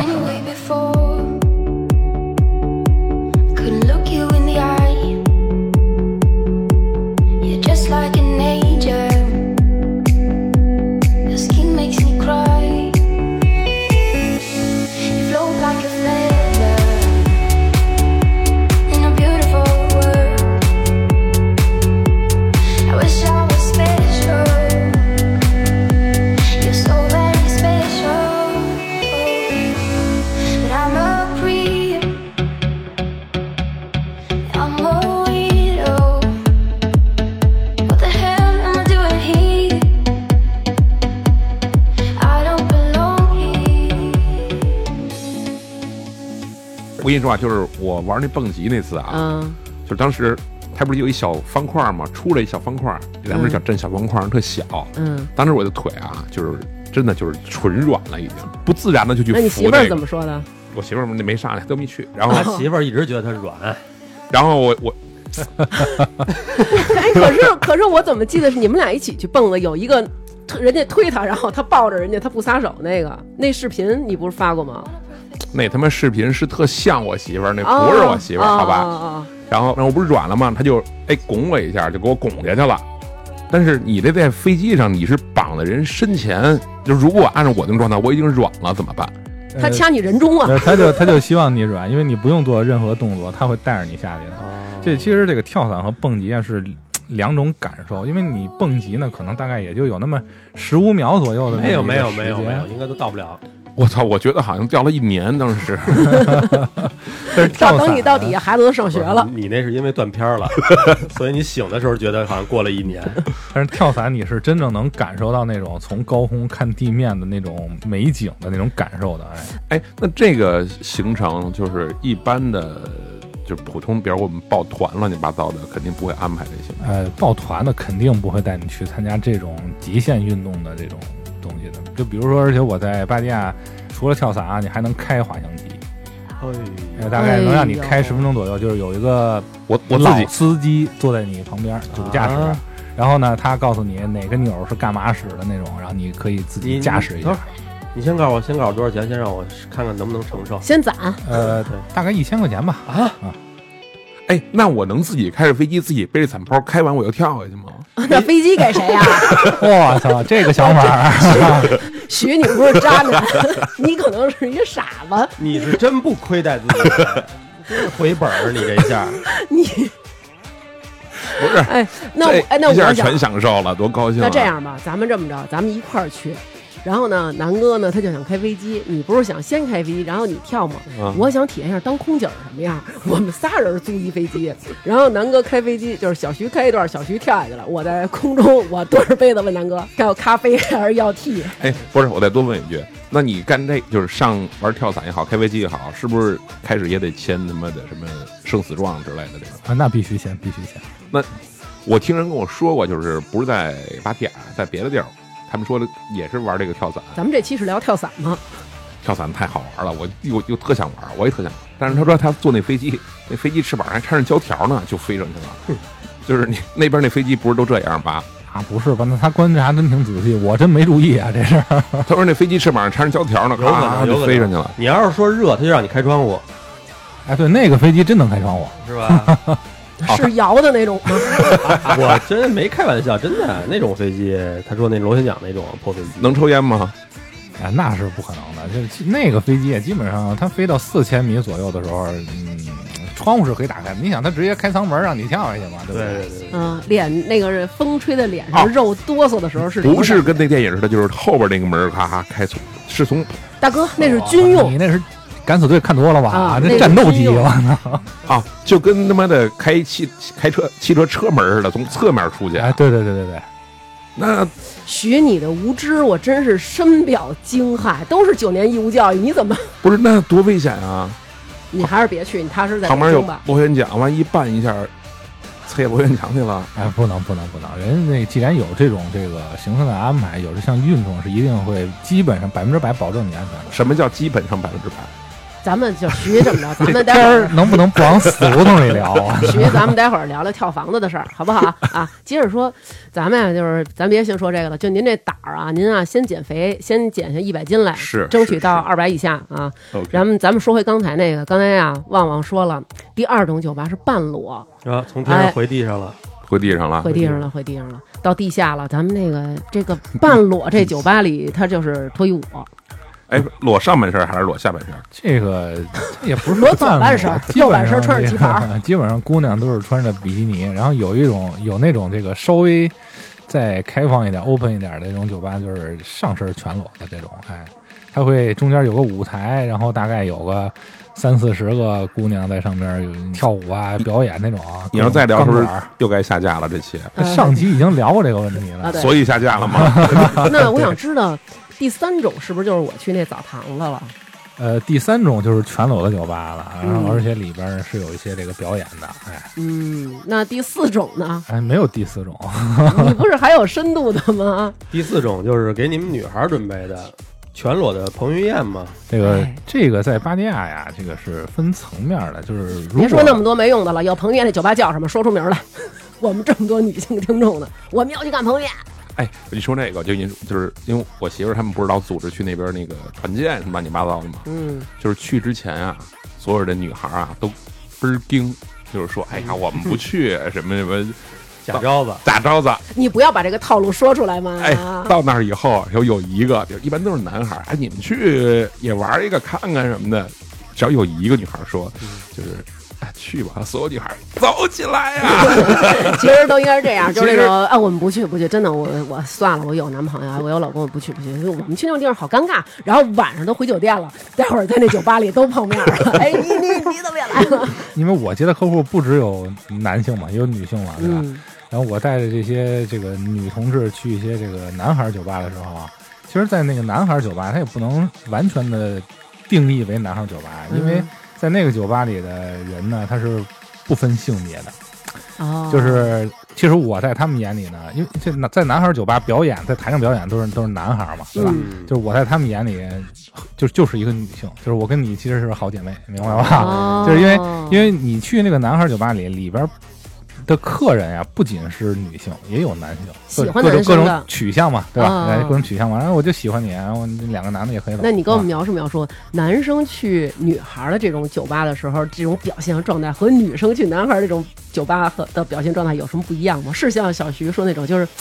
我跟你说啊，就是我玩那蹦极那次啊， 嗯， 就是当时它不是有一小方块嘛，出来一小方块，两边小震小方块，特小。 嗯， 当时我的腿啊，就是真的就是纯软了，已经不自然的就去扶、这个。 那你媳妇儿怎么说的？ 我媳妇儿没上来，都没去。然后他媳妇儿一直觉得他软， 然后我我。 哎，可是可是我怎么记得是你们俩一起去蹦的？有一个人家推他，然后他抱着人家，他不撒手那个那视频你不是发过吗？ 那他妈视频是特像我媳妇儿，那不是我媳妇儿， 哦、 好吧？ 哦哦、 然后，然后我不是软了吗？他就哎拱我一下，就给我拱下去了。但是你这在飞机上，你是绑在人身前，就如果按照我那种状态，我已经软了，怎么办？ 他掐你人中啊！ 呃、他就他就希望你软，因为你不用做任何动作，他会带着你下去的。 哦、 这其实这个跳伞和蹦极啊是两种感受，因为你蹦极呢，可能大概也就有那么十五秒左右的那没有没有时间没有没有，应该都到不了。 我操！我觉得好像掉了一年，当时。 但是跳伞等你到底下孩子都上学了， 你那是因为断片了，所以你醒的时候觉得好像过了一年。 但是跳伞你是真正能感受到那种从高空看地面的那种美景的那种感受的。 哎，哎，那这个行程就是一般的。就是普通，比如我们报团乱七八糟的，肯定不会安排这些。 呃，报团的肯定不会带你去参加这种极限运动的这种东西的。就比如说，而且我在芭提雅除了跳伞啊，你还能开滑翔机，哎，大概能让你开十分钟左右。就是有一个我我自己司机坐在你旁边，主驾驶。啊然后呢，他告诉你哪个钮是干嘛使的那种，然后你可以自己驾驶一下。 你先告诉我，先告诉我多少钱，先让我看看能不能承受。 先攒， 呃，对，大概一千块钱吧。 啊啊， 哎，那我能自己开着飞机，自己背着伞包开完我就跳下去吗？ 那飞机给谁呀？ 我操，这个想法！ 许你不是渣男，你可能是一个傻子。 你是真不亏待自己，真是回本儿，你这下你。 不是， 哎，那我哎，那我一下全享受了，多高兴、啊！ 那这样吧，咱们这么着，咱们一块儿去， 然后呢，南哥呢他就想开飞机，你不是想先开飞机，然后你跳吗？ 啊我想体验一下当空姐儿什么样。我们仨人租一飞机，然后南哥开飞机，就是小徐开一段，小徐跳下去了，我在空中，我端着杯子问南哥要咖啡还是要 tea？ 哎，不是，我再多问一句，那你干这就是上玩跳伞也好，开飞机也好，是不是开始也得签他妈的什么生死状之类的这个？ 啊，那必须签，必须签。 那我听人跟我说过，就是不是在芭提雅，在别的地儿，他们说的也是玩这个跳伞。 咱们这期是聊跳伞吗？ 跳伞太好玩了，我又又特想玩，我也特想玩。但是他说他坐那飞机，那飞机翅膀还缠上胶条呢，就飞上去了。嗯、就是你那边那飞机不是都这样吧？ 啊，不是吧？那他观察真挺仔细，我真没注意啊，这是。 他说那飞机翅膀上缠上胶条呢， 有可能就飞上去了。 你要是说热，他就让你开窗户， 哎，对，那个飞机真能开窗户， 是吧？ 是摇的那种吗？ 我真没开玩笑，真的那种飞机，他说那螺旋桨那种破飞机能抽烟吗？ 啊，那是不可能的。就是那个飞机，基本上它飞到四千米左右的时候，嗯，窗户是可以打开的。你想，它直接开舱门让你跳下去嘛，对不对？ 对对对。 嗯，脸那个风吹在脸上， 哦、 肉哆嗦的时候是不是跟那电影似的，就是后边那个门咔咔开，是从大哥那是军用， 哦、你那是。敢死队看多了吧？ 啊， 这战斗机我操！ 啊，就跟他妈的开汽开车汽车车门似的，从侧面出去。 哎，对对对对对。 那学你的无知，我真是深表惊骇。都是九年义务教育，你怎么不是？那多危险啊！ 你还是别去，你踏实在旁边有吧。 螺旋桨，万一绊一下，踩螺旋桨去了。 哎，不能不能不能！人家那既然有这种这个行程的安排，有这项运动是一定会基本上百分之百保证你安全的。 什么叫基本上百分之百？ 咱们就徐这么着，咱们待会儿能不能不往死胡同里聊啊？ 徐，咱们待会儿聊聊跳房子的事儿，好不好啊？接着说，咱们呀，就是咱别先说这个了，就您这胆儿啊，您啊先减肥，先减下一百斤来， 是争取到二百以下啊。 Okay. 咱们咱们说回刚才那个，刚才呀，旺旺说了，第二种酒吧是半裸啊，从天上回地上了。 哎回地上了， 回地上了，回地上了，到地下了。咱们那个这个半裸这酒吧里，它就是脱衣舞。 哎，裸上半身还是裸下半身？ 这个也不是裸左半身，右半身穿着旗袍。 基本上姑娘都是穿着比基尼，然后有一种有那种这个稍微再开放一点、open 一点的这种酒吧，就是上身全裸的这种。哎，它会中间有个舞台，然后大概有个三四十个姑娘在上边跳舞啊、表演那种啊。 你要再聊，是不是又该下架了？这期上期已经聊过这个问题了， 啊、 所以下架了吗？ 那我想知道。第三种是不是就是我去那澡堂子了？ 呃，第三种就是全裸的酒吧了，然后而且里边是有一些这个表演的，哎， 嗯，那第四种呢？ 哎，没有第四种， 你不是还有深度的吗？ 第四种就是给你们女孩准备的全裸的彭于晏嘛。 这个、哎、这个在芭提雅呀，这个是分层面的，就是如果别说那么多没用的了，有彭于晏那酒吧叫什么？说出名来，我们这么多女性听众呢，我们要去干彭于晏。 哎，你说那个就因就是因为我媳妇儿他们不是老组织去那边那个团建什么乱七八糟的吗？ 嗯， 就是去之前啊，所有的女孩啊都倍儿惊，就是说，哎呀，我们不去什么什么假招子， 假招子。 你不要把这个套路说出来嘛。 哎，到那儿以后有有一个，就一般都是男孩，哎，你们去也玩一个看看什么的，只要有一个女孩说，就是。去吧，所有女孩走起来呀、啊！ 其实都应该是这样，就是那种啊，我们不去不去，真的，我我算了，我有男朋友，我有老公，我不去不去，我们去那种地方好尴尬。然后晚上都回酒店了，待会儿在那酒吧里都碰面了。哎，你你你怎么也来了？ 因为我接的客户不只有男性嘛，也有女性嘛，对吧？ 嗯、 然后我带着这些这个女同志去一些这个男孩酒吧的时候啊，其实，在那个男孩酒吧，它也不能完全的定义为男孩酒吧，因为。在那个酒吧里的人呢，他是不分性别的， 哦， 就是其实我在他们眼里呢，因为这在男孩酒吧表演，在台上表演都是都是男孩嘛，对吧？ 嗯、 就是我在他们眼里，就就是一个女性，就是我跟你其实是好姐妹，明白吧？ 哦、 就是因为因为你去那个男孩酒吧里，里边的客人呀，不仅是女性，也有男性， 喜欢男性的各种取向嘛，对吧？ 哦、 各种取向嘛，然后我就喜欢你，然后两个男的也可以走。 那你跟我们描述描述，男生去女孩的这种酒吧的时候，这种表现和状态和女生去男孩这种酒吧和的表现状态有什么不一样吗？是像小徐说那种，就是，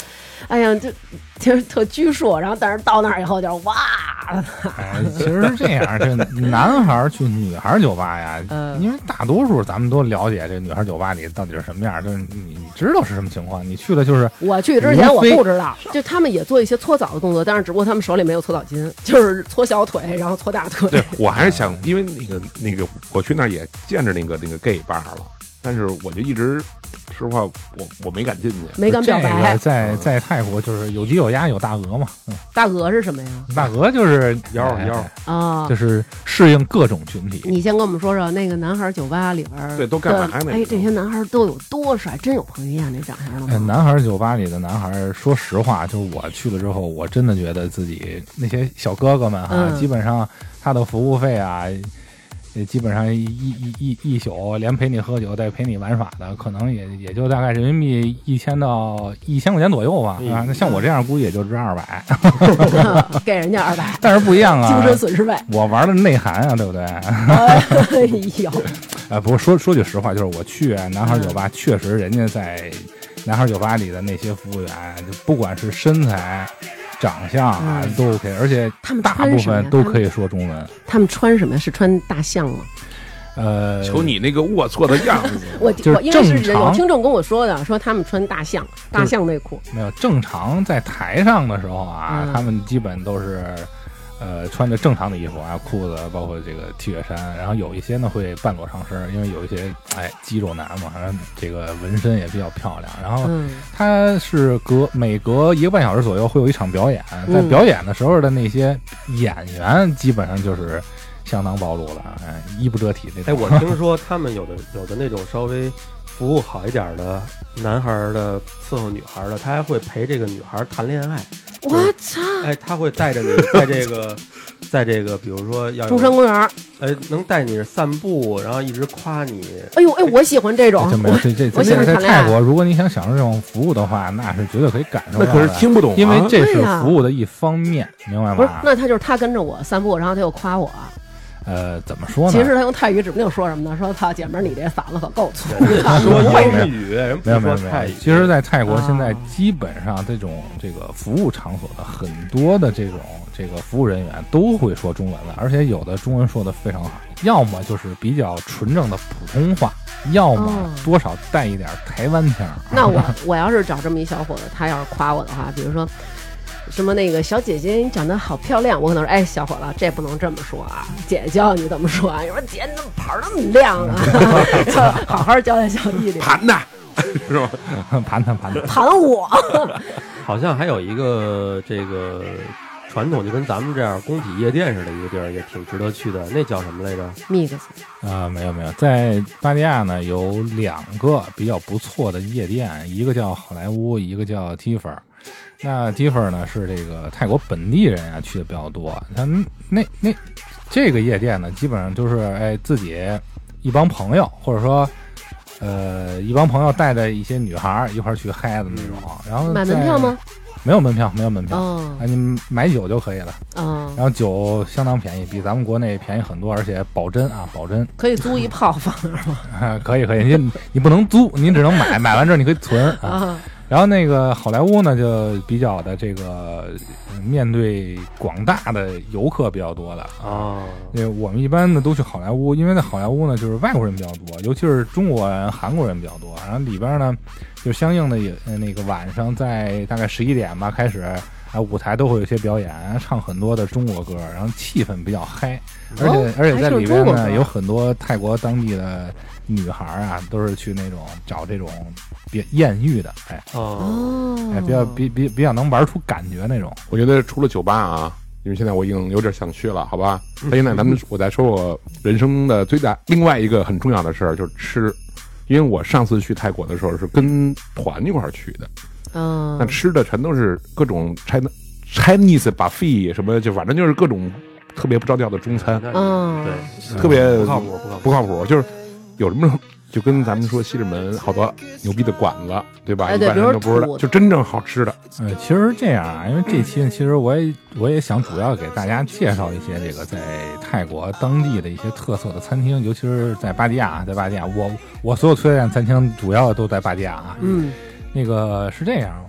哎呀，就就是特拘束，然后但是到那儿以后就哇， 哎，其实是这样，这男孩去女孩酒吧呀， 嗯因为大多数咱们都了解这女孩酒吧里到底是什么样，就是你你知道是什么情况，你去的就是我去之前我不知道，就他们也做一些搓澡的动作，但是只不过他们手里没有搓澡巾，就是搓小腿，然后搓大腿。 对我还是想，因为那个那个我去那儿也见着那个那个 gay bar 了，但是我就一直。实话，我我没敢进去， 没敢表白。 这个、在在泰国就是有鸡有鸭有大鹅嘛，嗯， 大鹅是什么呀？ 大鹅就是腰腰啊， 就是适应各种群体。 你先跟我们说说那个男孩酒吧里边， 对，都干嘛呢？ 哎，这些男孩都有多帅，真有彭于晏那长相了吗？ 哎、男孩酒吧里的男孩，说实话，就是我去了之后，我真的觉得自己那些小哥哥们哈， 嗯、 基本上他的服务费啊。也基本上一一一一宿，连陪你喝酒带陪你玩耍的，可能也也就大概人民币一千到一千块钱左右吧。嗯、啊，那像我这样估计也就值二百， 给人家二百， 但是不一样啊， 精神损失费。 我玩的内涵啊，对不对？ 哎呦， 呃，不过说说句实话，就是我去男孩酒吧，嗯、确实人家在男孩酒吧里的那些服务员，就不管是身材。长相啊、嗯、都 OK， 而且他们大部分都可以说中文。 他们穿什么？是穿大象吗？ 呃， 瞅你那个龌龊的样子， 我就是因为是有听众跟我说的，说他们穿大象大象内裤。 没有正常在台上的时候啊，嗯、他们基本都是。呃，穿着正常的衣服啊，裤子包括这个 T 恤衫，然后有一些呢会半裸上身，因为有一些哎肌肉男嘛，然后这个纹身也比较漂亮。然后他是隔每隔一个半小时左右会有一场表演，在表演的时候的那些演员基本上就是相当暴露了，哎，衣不遮体那种。 哎，我听说他们有的有的那种稍微服务好一点的男孩的伺候女孩的，他还会陪这个女孩谈恋爱。 我操！ 哎，他会带着你在这个，在这个，比如说要中山公园， 哎，能带你散步，然后一直夸你。 哎呦，哎，我喜欢这种。 这没有，这这我喜欢在泰国，如果你想享受这种服务的话，那是绝对可以感受到的。 那可是听不懂、啊， 因为这是服务的一方面，明白吗？ 不是，那他就是他跟着我散步，然后他又夸我。 呃，怎么说呢？ 其实他用泰语指不定说什么呢？说操，姐们儿，你这嗓子可够粗。 说英语，人不说泰语。 其实，在泰国现在基本上这种这个服务场所的很多的这种这个服务人员都会说中文了，而且有的中文说的非常好，要么就是比较纯正的普通话，要么多少带一点台湾腔。 哦、那我我要是找这么一小伙子，他要是夸我的话，比如说。什么那个小姐姐，你长得好漂亮，我可能说，哎，小伙子，这不能这么说啊，姐教你怎么说啊？你说姐，你怎么跑那么亮啊？好好教教小弟弟。 盘呐，是吧？ 盘盘盘盘我。 好像还有一个这个传统，就跟咱们这样工体夜店似的一个地儿，也挺值得去的。那叫什么来着 ？Mix 啊，没有没有，在巴蒂亚呢有两个比较不错的夜店，一个叫好莱坞，一个叫 Tifer。那 Tifer 呢是这个泰国本地人啊去的比较多，他那那这个夜店呢，基本上就是哎自己一帮朋友，或者说呃一帮朋友带着一些女孩一块去嗨的那种。然后买门票吗？ 没有门票，没有门票， 哦、 啊，你买酒就可以了。 哦、 然后酒相当便宜，比咱们国内便宜很多，而且保真啊，保真。 可以租一炮放那儿吗？ 啊，可以可以，你你不能租，你只能买，买完之后你可以存啊。 啊然后那个好莱坞呢，就比较的这个、呃、面对广大的游客比较多的啊。 因为我们一般呢都去好莱坞，因为在好莱坞呢就是外国人比较多，尤其是中国人、韩国人比较多。然后里边呢，就相应的也那个晚上在大概十一点吧开始啊，舞台都会有些表演，唱很多的中国歌，然后气氛比较嗨。而且、哦、而且在里边呢有很多泰国当地的女孩啊，都是去那种找这种比艳遇的，哎哦， 哎，比较比比比较能玩出感觉那种。 我觉得除了酒吧啊，因为现在我已经有点想去了，好吧？那现在咱们我再说我人生的最大另外一个很重要的事儿就是吃，因为我上次去泰国的时候是跟团一块儿去的， 嗯， 那吃的全都是各种 China Chinese buffet 什么，就反正就是各种特别不着调的中餐， 嗯， 对， 特别不靠谱，不靠谱， 不靠谱，就是有什么。就跟咱们说西直门好多牛逼的馆子，对吧？ 哎、对， 一般人都不知道，就真正好吃的。 呃，其实这样啊，因为这期呢，其实我也我也想主要给大家介绍一些这个在泰国当地的一些特色的餐厅，尤其是在芭提雅，在芭提雅，我我所有推荐餐厅主要都在芭提雅啊。 嗯， 那个是这样，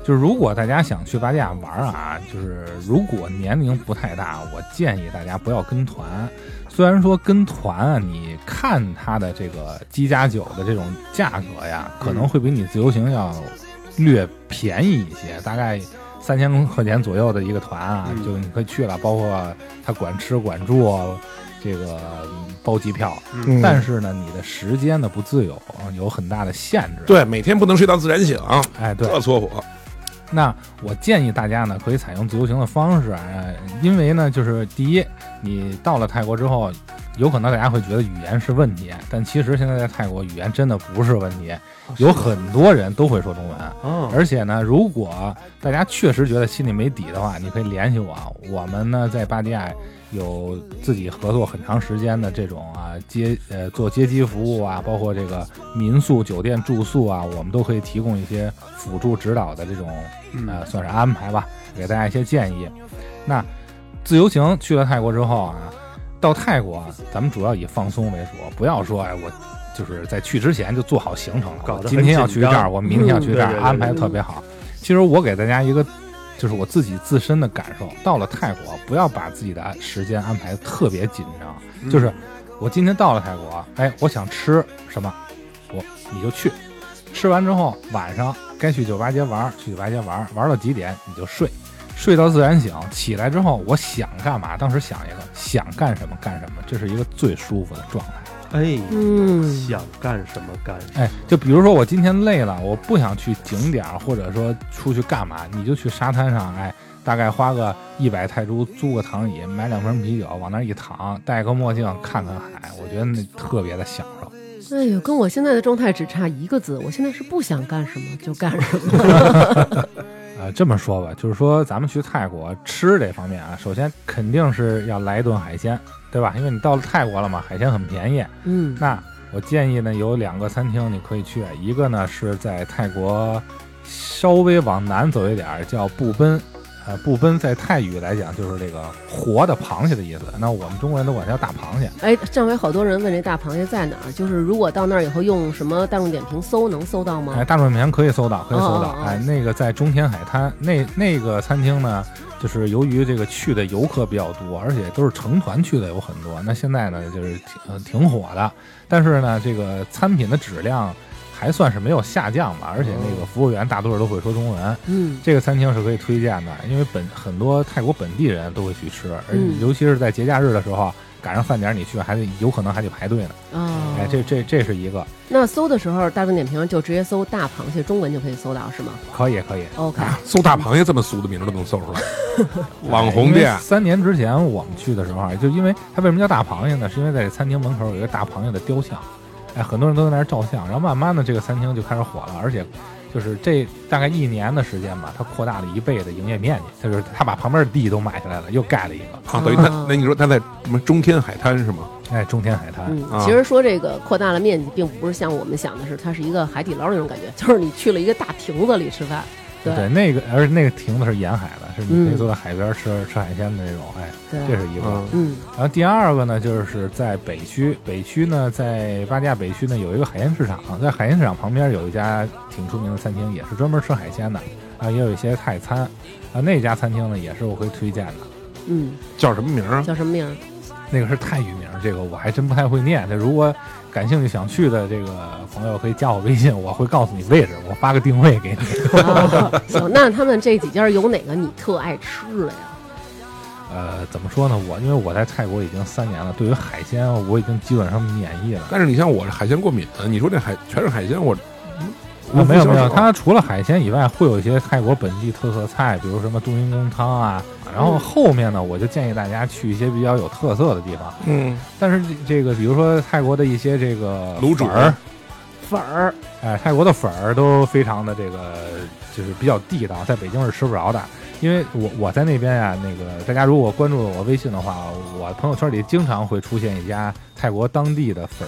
就是如果大家想去芭提雅玩啊，就是如果年龄不太大，我建议大家不要跟团。虽然说跟团啊，你看它的这个机加酒的这种价格呀，可能会比你自由行要略便宜一些，大概三千块钱左右的一个团啊， 嗯、 就你可以去了，包括他管吃管住，这个包机票。 嗯、 但是呢，你的时间呢不自由，有很大的限制。 对，每天不能睡到自然醒。 哎，对， 这搓火。 那我建议大家呢，可以采用自由行的方式啊，因为呢，就是第一，你到了泰国之后，有可能大家会觉得语言是问题，但其实现在在泰国语言真的不是问题，有很多人都会说中文。 哦， 而且呢，如果大家确实觉得心里没底的话，你可以联系我，我们呢在芭提雅有自己合作很长时间的这种啊接呃做接机服务啊，包括这个民宿酒店住宿啊，我们都可以提供一些辅助指导的这种呃算是安排吧，给大家一些建议。那自由行去了泰国之后啊，到泰国咱们主要以放松为主，不要说哎我就是在去之前就做好行程了， 搞得今天要去这儿，我明天要去这儿， 嗯、对对对安排的特别好。其实我给大家一个就是我自己自身的感受，到了泰国不要把自己的时间安排的特别紧张、嗯、就是我今天到了泰国，哎，我想吃什么我你就去，吃完之后晚上该去酒吧街玩去酒吧街玩，玩到几点你就睡，睡到自然醒，起来之后我想干嘛当时想一个，想干什么干什么，这是一个最舒服的状态。 哎， 嗯， 想干什么干什么。 哎，就比如说我今天累了，我不想去景点或者说出去干嘛，你就去沙滩上，哎，大概花个一百泰铢租个躺椅，买两瓶啤酒往那一躺，戴个墨镜看看海，我觉得那特别的享受。 哎呦，跟我现在的状态只差一个字，我现在是不想干什么就干什么。 呃，这么说吧，就是说咱们去泰国吃这方面啊，首先肯定是要来一顿海鲜，对吧？因为你到了泰国了嘛，海鲜很便宜。 嗯， 那我建议呢，有两个餐厅你可以去，一个呢是在泰国稍微往南走一点，叫布奔。呃，布奔在泰语来讲就是这个活的螃蟹的意思，那我们中国人都管它叫大螃蟹。 哎，上回好多人问这大螃蟹在哪儿，就是如果到那儿以后用什么大众点评搜能搜到吗？ 哎，大众点评可以搜到，可以搜到。 哦哦哦哎，那个在中天海滩，那那个餐厅呢，就是由于这个去的游客比较多，而且都是成团去的有很多，那现在呢就是挺、呃、挺火的，但是呢这个餐品的质量还算是没有下降吧，而且那个服务员大多数都会说中文。 嗯， 这个餐厅是可以推荐的，因为本很多泰国本地人都会去吃，而嗯尤其是在节假日的时候，赶上饭点你去还得有可能还得排队呢。 哦， 哎，这这这是一个。 那搜的时候，大众点评就直接搜大螃蟹，中文就可以搜到是吗？ 可以可以。 OK， 啊，搜大螃蟹这么俗的名字都能搜出来，网红店。 三年之前我们去的时候啊，就因为它为什么叫大螃蟹呢？是因为在这餐厅门口有一个大螃蟹的雕像。哎，很多人都在那儿照相，然后慢慢的这个餐厅就开始火了，而且就是这大概一年的时间吧，它扩大了一倍的营业面积，就是他把旁边的地都买下来了，又盖了一个。 啊，等于他，那你说他在什么中天海滩是吗？ 哎，中天海滩。 嗯， 啊其实说这个扩大了面积，并不是像我们想的是，它是一个海底捞那种感觉，就是你去了一个大亭子里吃饭。对， 对，那个而且那个亭子是沿海的，是你可以嗯坐在海边吃、吃海鲜的那种。哎， 对这是一个。 嗯嗯然后第二个呢，就是在北区，北区呢，在芭提雅北区呢有一个海鲜市场，在海鲜市场旁边有一家挺出名的餐厅，也是专门吃海鲜的，啊，也有一些泰餐，啊，那家餐厅呢也是我会推荐的。 嗯， 叫什么名儿？ 叫什么名儿？ 那个是泰语名，这个我还真不太会念。这如果感兴趣想去的这个朋友可以加我微信，我会告诉你位置，我发个定位给你。 哦，行，那他们这几家有哪个你特爱吃的呀？ 呃，怎么说呢？我因为我在泰国已经三年了，对于海鲜我已经基本上免疫了。 但是你像我是海鲜过敏，你说这海全是海鲜，我啊，没有没有， 它它除了海鲜以外，会有一些泰国本地特色菜，比如什么冬阴功汤啊。然后后面呢，我就建议大家去一些比较有特色的地方。 嗯， 但是这个，比如说泰国的一些这个卤煮粉儿， 粉儿， 哎，泰国的粉儿都非常的这个，就是比较地道，在北京是吃不着的。因为我我在那边呀、啊，那个大家如果关注我微信的话，我朋友圈里经常会出现一家泰国当地的粉儿店，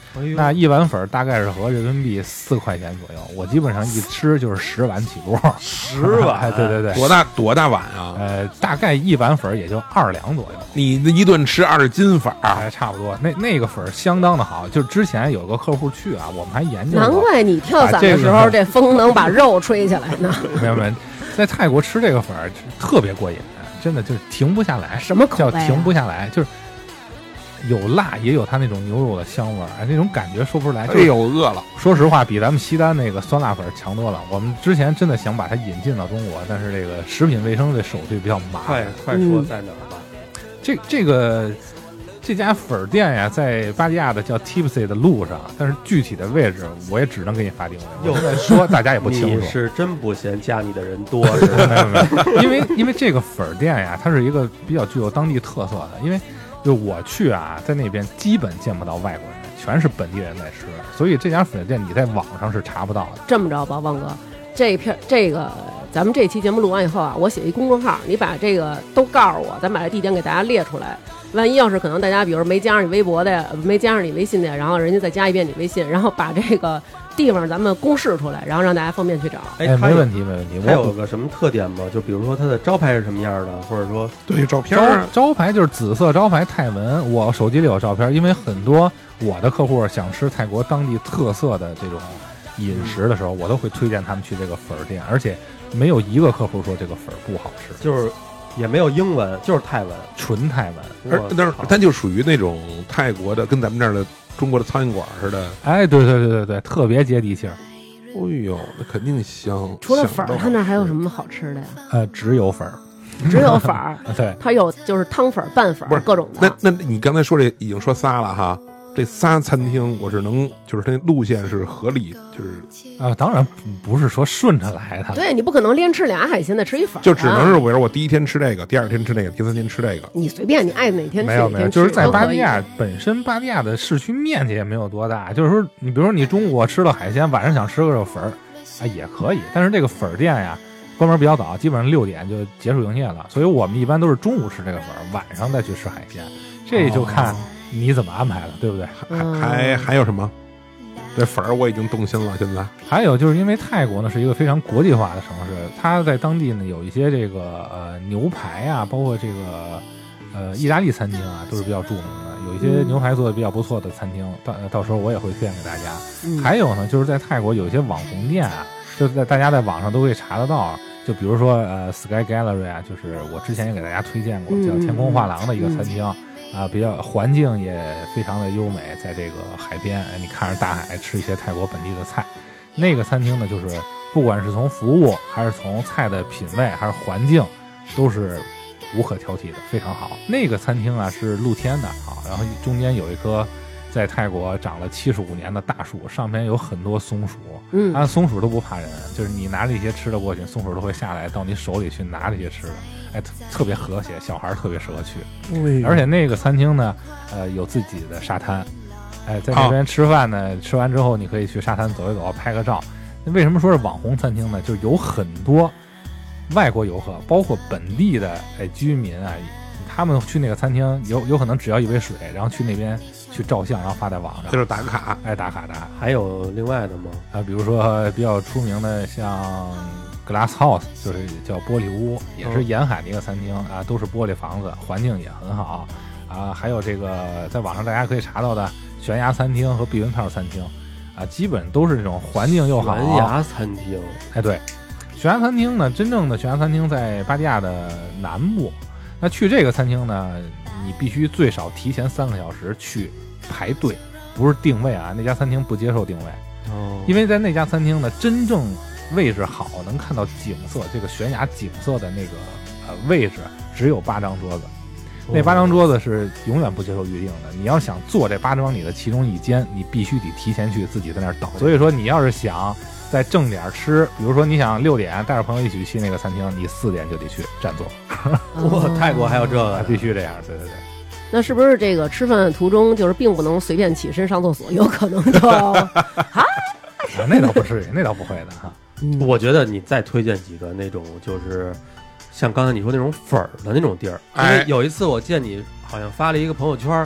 哎呦那一碗粉大概是合人民币四块钱左右，我基本上一吃就是十碗起步， 十碗哎，对对对， 多大多大碗啊？ 呃，大概一碗粉也就二两左右。 你那一顿吃二斤粉儿， 哎，差不多，那那个粉儿相当的好。就之前有个客户去啊，我们还研究过， 难怪你跳伞的时候把这个这风能把肉吹起来呢。 没有没有，在泰国吃这个粉儿特别过瘾，真的就是停不下来。 什么口味啊叫停不下来，就是有辣，也有它那种牛肉的香味儿，哎，那种感觉说不出来。就是哎呦，饿了。 说实话，比咱们西单那个酸辣粉强多了。我们之前真的想把它引进到中国，但是这个食品卫生的手续比较麻快烦。 快说在哪儿吧？ 这这个这家粉儿店呀，在巴利亚的叫 Tipsy 的路上，但是具体的位置我也只能给你发定位。我现在说大家也不清楚。 你是真不嫌加你的人多是吧？ 没有没有，因为因为这个粉儿店呀，它是一个比较具有当地特色的。因为就我去啊，在那边基本见不到外国人，全是本地人在吃，所以这家粉店你在网上是查不到的。 这么着吧，旺哥，这一片这个咱们这期节目录完以后啊，我写一公众号，你把这个都告诉我，咱把这地点给大家列出来。万一要是可能大家比如没加上你微博的呀，没加上你微信的呀，然后人家再加一遍你微信，然后把这个地方咱们公示出来，然后让大家方便去找。 哎， 哎， 它有没问题没问题。 它我有个什么特点吗？就比如说它的招牌是什么样的，或者说对，照片招儿招牌就是紫色招牌泰文，我手机里有照片，因为很多我的客户想吃泰国当地特色的这种饮食的时候，我都会推荐他们去这个粉儿店，而且没有一个客户说这个粉儿不好吃， 就是也没有英文，就是泰文。 纯泰文。 而但是我操它就属于那种泰国的，跟咱们这儿的中国的苍蝇馆似的。 哎，对对对对对，特别接地气儿。 哎呦，那肯定香。 除了粉儿， 想到他那儿还有什么好吃的呀？ 呃，只有粉儿。 只有粉儿， 对， 它有就是汤粉儿、拌粉不是儿各种那的。 那你刚才说这已经说仨了哈，这仨餐厅我是能，就是它路线是合理，就是啊、当然不是说顺着来的。 对你不可能连吃俩海鲜再吃一粉儿啊， 就只能是比如我第一天吃这个，第二天吃那个，第三天吃这个。 你随便你爱哪天吃没有没有， 哪天吃就是在都可以巴利亚本身，巴利亚的市区面积也没有多大，就是说你比如说你中午吃了海鲜，晚上想吃个肉粉儿，啊也可以，但是这个粉儿店呀关门比较早，基本上六点就结束营业了，所以我们一般都是中午吃这个粉儿，晚上再去吃海鲜，这就看你怎么安排了，对不对？ 嗯还还还有什么？这粉儿我已经动心了，现在还有就是因为泰国呢是一个非常国际化的城市，它在当地呢有一些这个呃牛排啊，包括这个呃意大利餐厅啊，都是比较著名的。有一些嗯牛排做的比较不错的餐厅，到到时候我也会推荐给大家。 嗯还有呢，就是在泰国有一些网红店啊，就是在大家在网上都可以查得到。就比如说呃 Sky Gallery 啊，就是我之前也给大家推荐过， 嗯叫天空画廊的一个餐厅。啊，比较环境也非常的优美，在这个海边，哎，你看着大海，吃一些泰国本地的菜。那个餐厅呢，就是不管是从服务，还是从菜的品味，还是环境，都是无可挑剔的，非常好。那个餐厅啊是露天的啊，然后中间有一棵在泰国长了七十五年的大树，上面有很多松鼠， 嗯啊，松鼠都不怕人，就是你拿着一些吃的过去，松鼠都会下来到你手里去拿这些吃的。哎，特特别和谐，小孩特别适合去。而且那个餐厅呢，呃，有自己的沙滩，哎，在那边吃饭呢，吃完之后你可以去沙滩走一走，拍个照。那为什么说是网红餐厅呢？就是有很多外国游客，包括本地的哎居民啊，他们去那个餐厅有有可能只要一杯水，然后去那边去照相，然后发在网上， 就是打卡， 哎，打卡打还有另外的吗？ 啊，比如说比较出名的像。Glass House 就是叫玻璃屋，也是沿海的一个餐厅啊，都是玻璃房子，环境也很好啊。还有这个在网上大家可以查到的悬崖餐厅和避孕套餐厅啊，基本都是这种环境又好。 悬崖餐厅， 哎，对，悬崖餐厅呢，真正的悬崖餐厅在巴蒂亚的南部。那去这个餐厅呢，你必须最少提前三个小时去排队，不是定位啊，那家餐厅不接受定位， 哦， 因为在那家餐厅呢，真正位置好，能看到景色，这个悬崖景色的那个呃位置只有八张桌子，那八张桌子是永远不接受预定的。你要想坐这八张里的其中一间，你必须得提前去自己在那儿等。所以说，你要是想在正点吃，比如说你想六点带着朋友一起去那个餐厅，你四点就得去占座。 哇，泰国还有这个， 必须这样，对对对。 那是不是这个吃饭的途中就是并不能随便起身上厕所，有可能就啊？ 啊，那倒不至于，那倒不会的哈。 我觉得你再推荐几个那种，就是像刚才你说那种粉儿的那种地儿。因哎为有一次我见你好像发了一个朋友圈，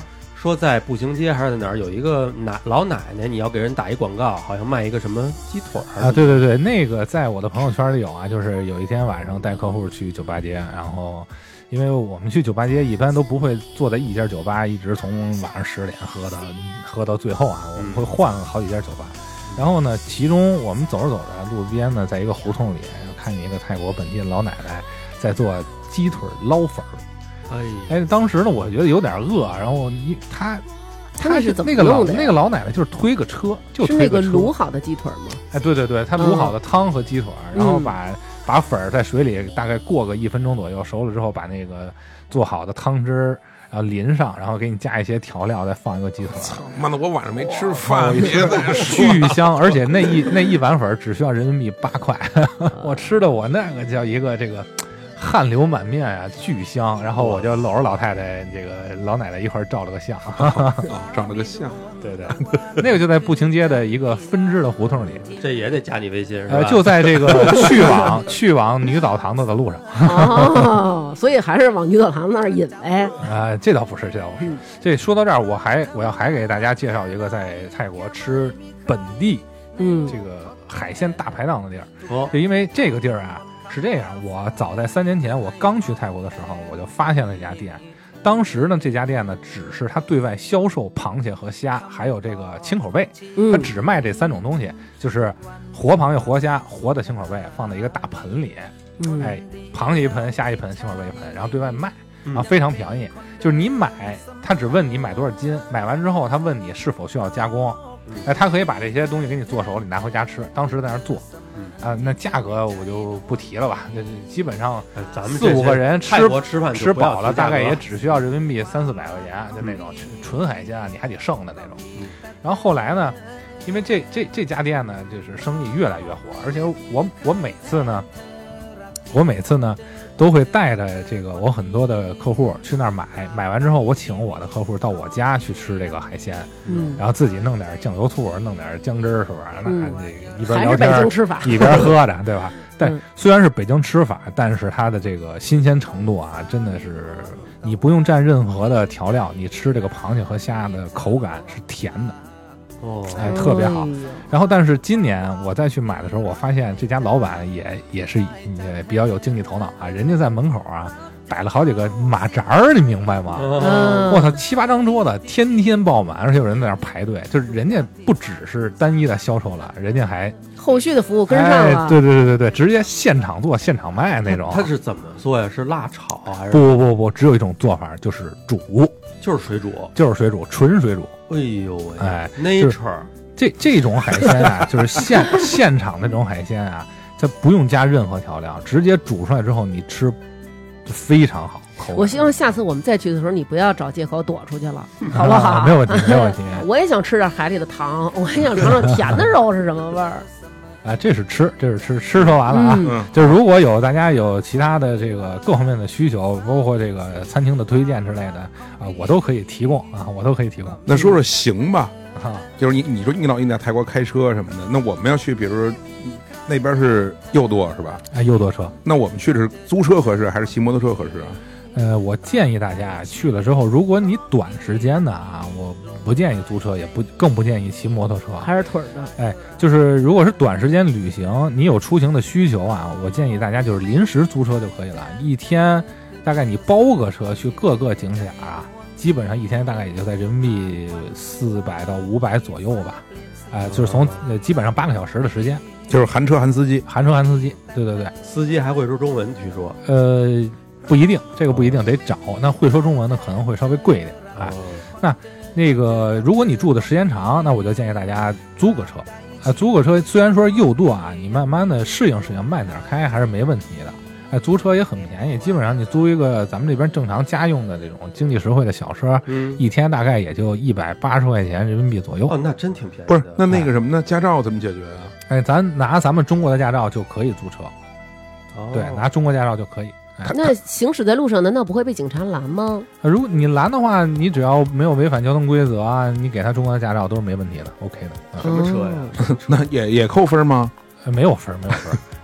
说在步行街还是在哪儿有一个奶老奶奶，你要给人打一广告，好像卖一个什么鸡腿儿啊，对对对，那个在我的朋友圈里有啊，就是有一天晚上带客户去酒吧街，然后因为我们去酒吧街一般都不会坐在一家酒吧一直从晚上十点喝到喝到最后啊，我们会换好几家酒吧。然后呢，其中我们走着走着，路边呢，在一个胡同里，看见一个泰国本地的老奶奶在做鸡腿捞粉儿。哎，哎，当时呢，我觉得有点饿，然后一他他是怎么那个老用的呀那个老奶奶就是推个车，就推是那个车卤好的鸡腿吗？ 哎，对对对，他卤好的汤和鸡腿， 嗯、 然后把把粉儿在水里大概过个一分钟左右熟了之后，把那个做好的汤汁然后淋上，然后给你加一些调料，再放一个鸡腿。 妈的，我晚上没吃饭，别再巨香，而且那一那一碗粉只需要人民币八块，我吃的我那个叫一个这个。汗流满面啊，巨香！然后我就搂着老太太，这个老奶奶一块儿照了个相， 哦，照了个相。 对对，那个就在步行街的一个分支的胡同里， 这也得加你微信是吧？ 呃，就在这个去往去往女澡堂子的路上。 哦，所以还是往女澡堂那儿引呗。 啊、呃，这倒不是，这倒不是。这说到这儿，我还我要还给大家介绍一个在泰国吃本地嗯这个海鲜大排档的地儿。 哦， 就因为这个地儿啊。是这样，我早在三年前我刚去泰国的时候，我就发现了一家店。当时呢，这家店呢只是它对外销售螃蟹和虾，还有这个青口贝，它只卖这三种东西，就是活螃蟹、活虾、活的青口贝放在一个大盆里， 嗯、 哎，螃蟹一盆，虾一盆，青口贝一盆，然后对外卖，然后非常便宜。就是你买，他只问你买多少斤，买完之后他问你是否需要加工，哎，他可以把这些东西给你做熟了，你拿回家吃。当时在那儿做。啊、呃，那价格我就不提了吧，那基本上咱们四五个人吃泰国吃饭吃饱了，大概也只需要人民币三四百块钱，就那种纯海鲜，你还得剩的那种。然后后来呢，因为这这这家店呢，就是生意越来越火，而且我我每次呢，我每次呢都会带着这个我很多的客户去那儿买，买完之后我请我的客户到我家去吃这个海鲜， 嗯， 然后自己弄点酱油醋，弄点姜汁儿，是不是？那这个一边聊天还是北京吃法， 一边喝着，对吧？但虽然是北京吃法，但是它的这个新鲜程度啊，真的是你不用蘸任何的调料，你吃这个螃蟹和虾的口感是甜的。 哦， 哎，特别好。然后，但是今年我再去买的时候，我发现这家老板也也是也比较有经济头脑啊。人家在门口啊摆了好几个马扎儿，你明白吗？ 嗯、 我操，七八张桌子，天天爆满，而且有人在那儿排队。就是人家不只是单一的销售了，人家还后续的服务跟上了。 哎、对对对对对，直接现场做、现场卖那种。 他是怎么做呀？是辣炒还是？ 不不不不，只有一种做法，就是煮， 就是水煮， 就是水煮，纯水煮。 哎呦喂， 哎 ，nature， 这这种海鲜啊，就是现现场那种海鲜啊，它不用加任何调料，直接煮出来之后你吃就非常好。 我希望下次我们再去的时候，你不要找借口躲出去了，好不好？ 啊、没有问题，没有问题。 我也想吃点海里的糖，我也想尝尝甜的肉是什么味儿。 啊，这是吃，这是吃，吃说完了啊。 嗯、 就是如果有大家有其他的这个各方面的需求，包括这个餐厅的推荐之类的啊，我都可以提供啊，我都可以提供。 那说说行吧， 啊， 就是你你说你老你在泰国开车什么的，那我们要去，比如说那边是右舵是吧？ 哎，右舵车。 那我们去的是租车合适还是骑摩托车合适啊？ 呃，我建议大家去了之后，如果你短时间的啊，我不建议租车，也不更不建议骑摩托车， 还是腿的。 哎，就是如果是短时间旅行，你有出行的需求啊，我建议大家就是临时租车就可以了。一天大概你包个车去各个景点啊，基本上一天大概也就在人民币四百到五百左右吧。啊、呃，就是从呃基本上八个小时的时间， 就是含车含司机， 含车含司机。对对对， 司机还会说中文，据说。 呃。不一定，这个不一定得找。那会说中文的可能会稍微贵一点啊。 哦、 那那个，如果你住的时间长，那我就建议大家租个车。啊，租个车虽然说右舵啊，你慢慢的适应适应，慢点开还是没问题的。哎，租车也很便宜，基本上你租一个咱们这边正常家用的这种经济实惠的小车， 嗯， 一天大概也就一百八十块钱人民币左右。 哦，那真挺便宜的。 不是，那那个什么呢？驾照怎么解决啊？ 哎，咱拿咱们中国的驾照就可以租车。 哦， 对，拿中国驾照就可以。 那行驶在路上难道不会被警察拦吗？ 如果你拦的话，你只要没有违反交通规则啊，你给他中国的驾照都是没问题的 ，OK 的。 什么车呀？ 那也也扣分吗？ 没有分，没有分。就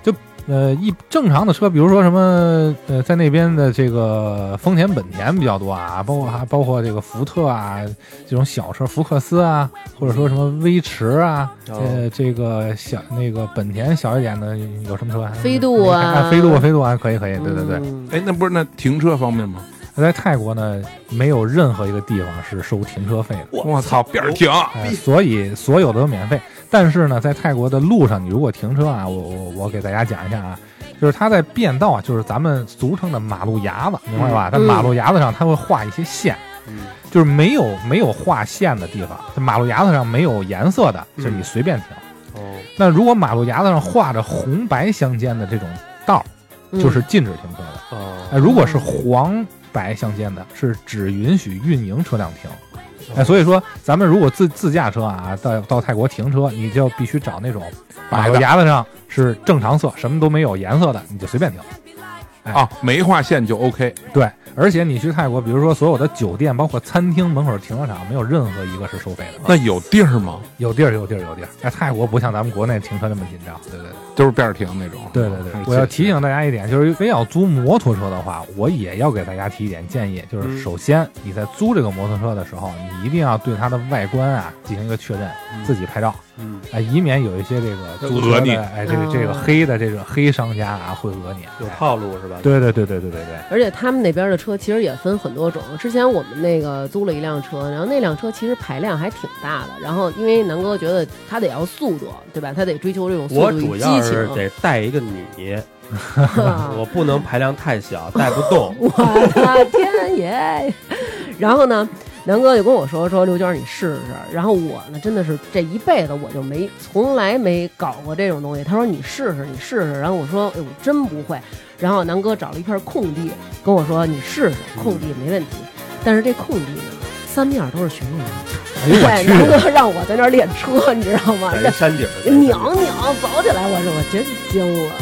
呃，一正常的车，比如说什么，呃，在那边的这个丰田、本田比较多啊，包括还包括这个福特啊，这种小车，福克斯啊，或者说什么威驰啊， 哦、 呃，这个小那个本田小一点的有什么车？ 飞度啊， 啊飞度，飞度啊，可以可以，对对对。 嗯、 哎，那不是那停车方面吗？ 在泰国呢，没有任何一个地方是收停车费的。 我操，边儿停、 呃，所以所有的都免费。但是呢，在泰国的路上，你如果停车啊，我我我给大家讲一下啊，就是它在变道啊，就是咱们俗称的马路牙子，明白吧？在、嗯、马路牙子上，它会画一些线，嗯、就是没有没有画线的地方，在马路牙子上没有颜色的，就是你随便停。 哦、嗯， 那如果马路牙子上画着红白相间的这种道，就是禁止停车的。哦、嗯，呃，如果是黄白相间的，是只允许运营车辆停。哎，所以说咱们如果自自驾车啊，到到泰国停车，你就必须找那种马路牙子上是正常色，什么都没有颜色的，你就随便停。 哎、啊，没画线就 OK。 对，而且你去泰国，比如说所有的酒店，包括餐厅门口停车场，没有任何一个是收费的。 那有地儿吗？ 有地儿，有地儿，有地儿。在泰国不像咱们国内停车那么紧张，对对对， 都是边儿停那种。 对对对，我要提醒大家一点，就是非要租摩托车的话，我也要给大家提一点建议，就是首先你在租这个摩托车的时候，你一定要对它的外观啊进行一个确认，自己拍照。嗯，哎，以免有一些这个租车的，哎，这个这个黑的这种黑商家啊，会讹你， 有套路是吧？ 对对对对对对对。 而且他们那边的车其实也分很多种。之前我们那个租了一辆车，然后那辆车其实排量还挺大的。然后因为南哥觉得他得要速度，对吧？他得追求这种速度与激情。 我主要是得带一个你。我不能排量太小，带不动。 我的天爷！然后呢，南哥就跟我说说刘娟你试试。然后我呢真的是这一辈子我就没从来没搞过这种东西。他说你试试你试试。然后我说哎我真不会。然后南哥找了一片空地跟我说你试试，空地没问题。但是这空地呢三面都是悬崖。 哎对，南哥让我在那儿练车，你知道吗？ 在山顶娘娘走起来，我说我真惊了。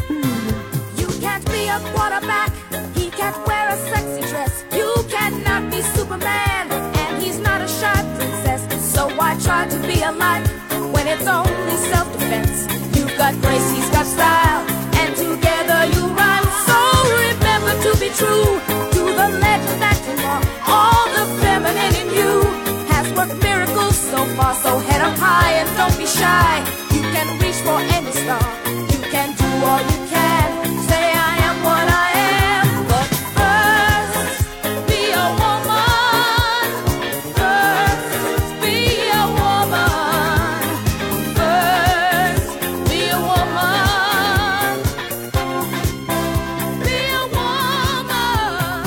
Quarterback, he can't wear a sexy dress. You cannot be Superman, and he's not a shy princess. So why try to be alike when it's only self-defense? You've got grace, he's got style, and together you rhyme. So remember to be true to the legend that you are. All the feminine in you has worked miracles so far. So head up high and don't be shy. You can reach for any star. You can do all you can.Say I am what I am, but first be a woman. First be a woman. First be a woman. Be a woman.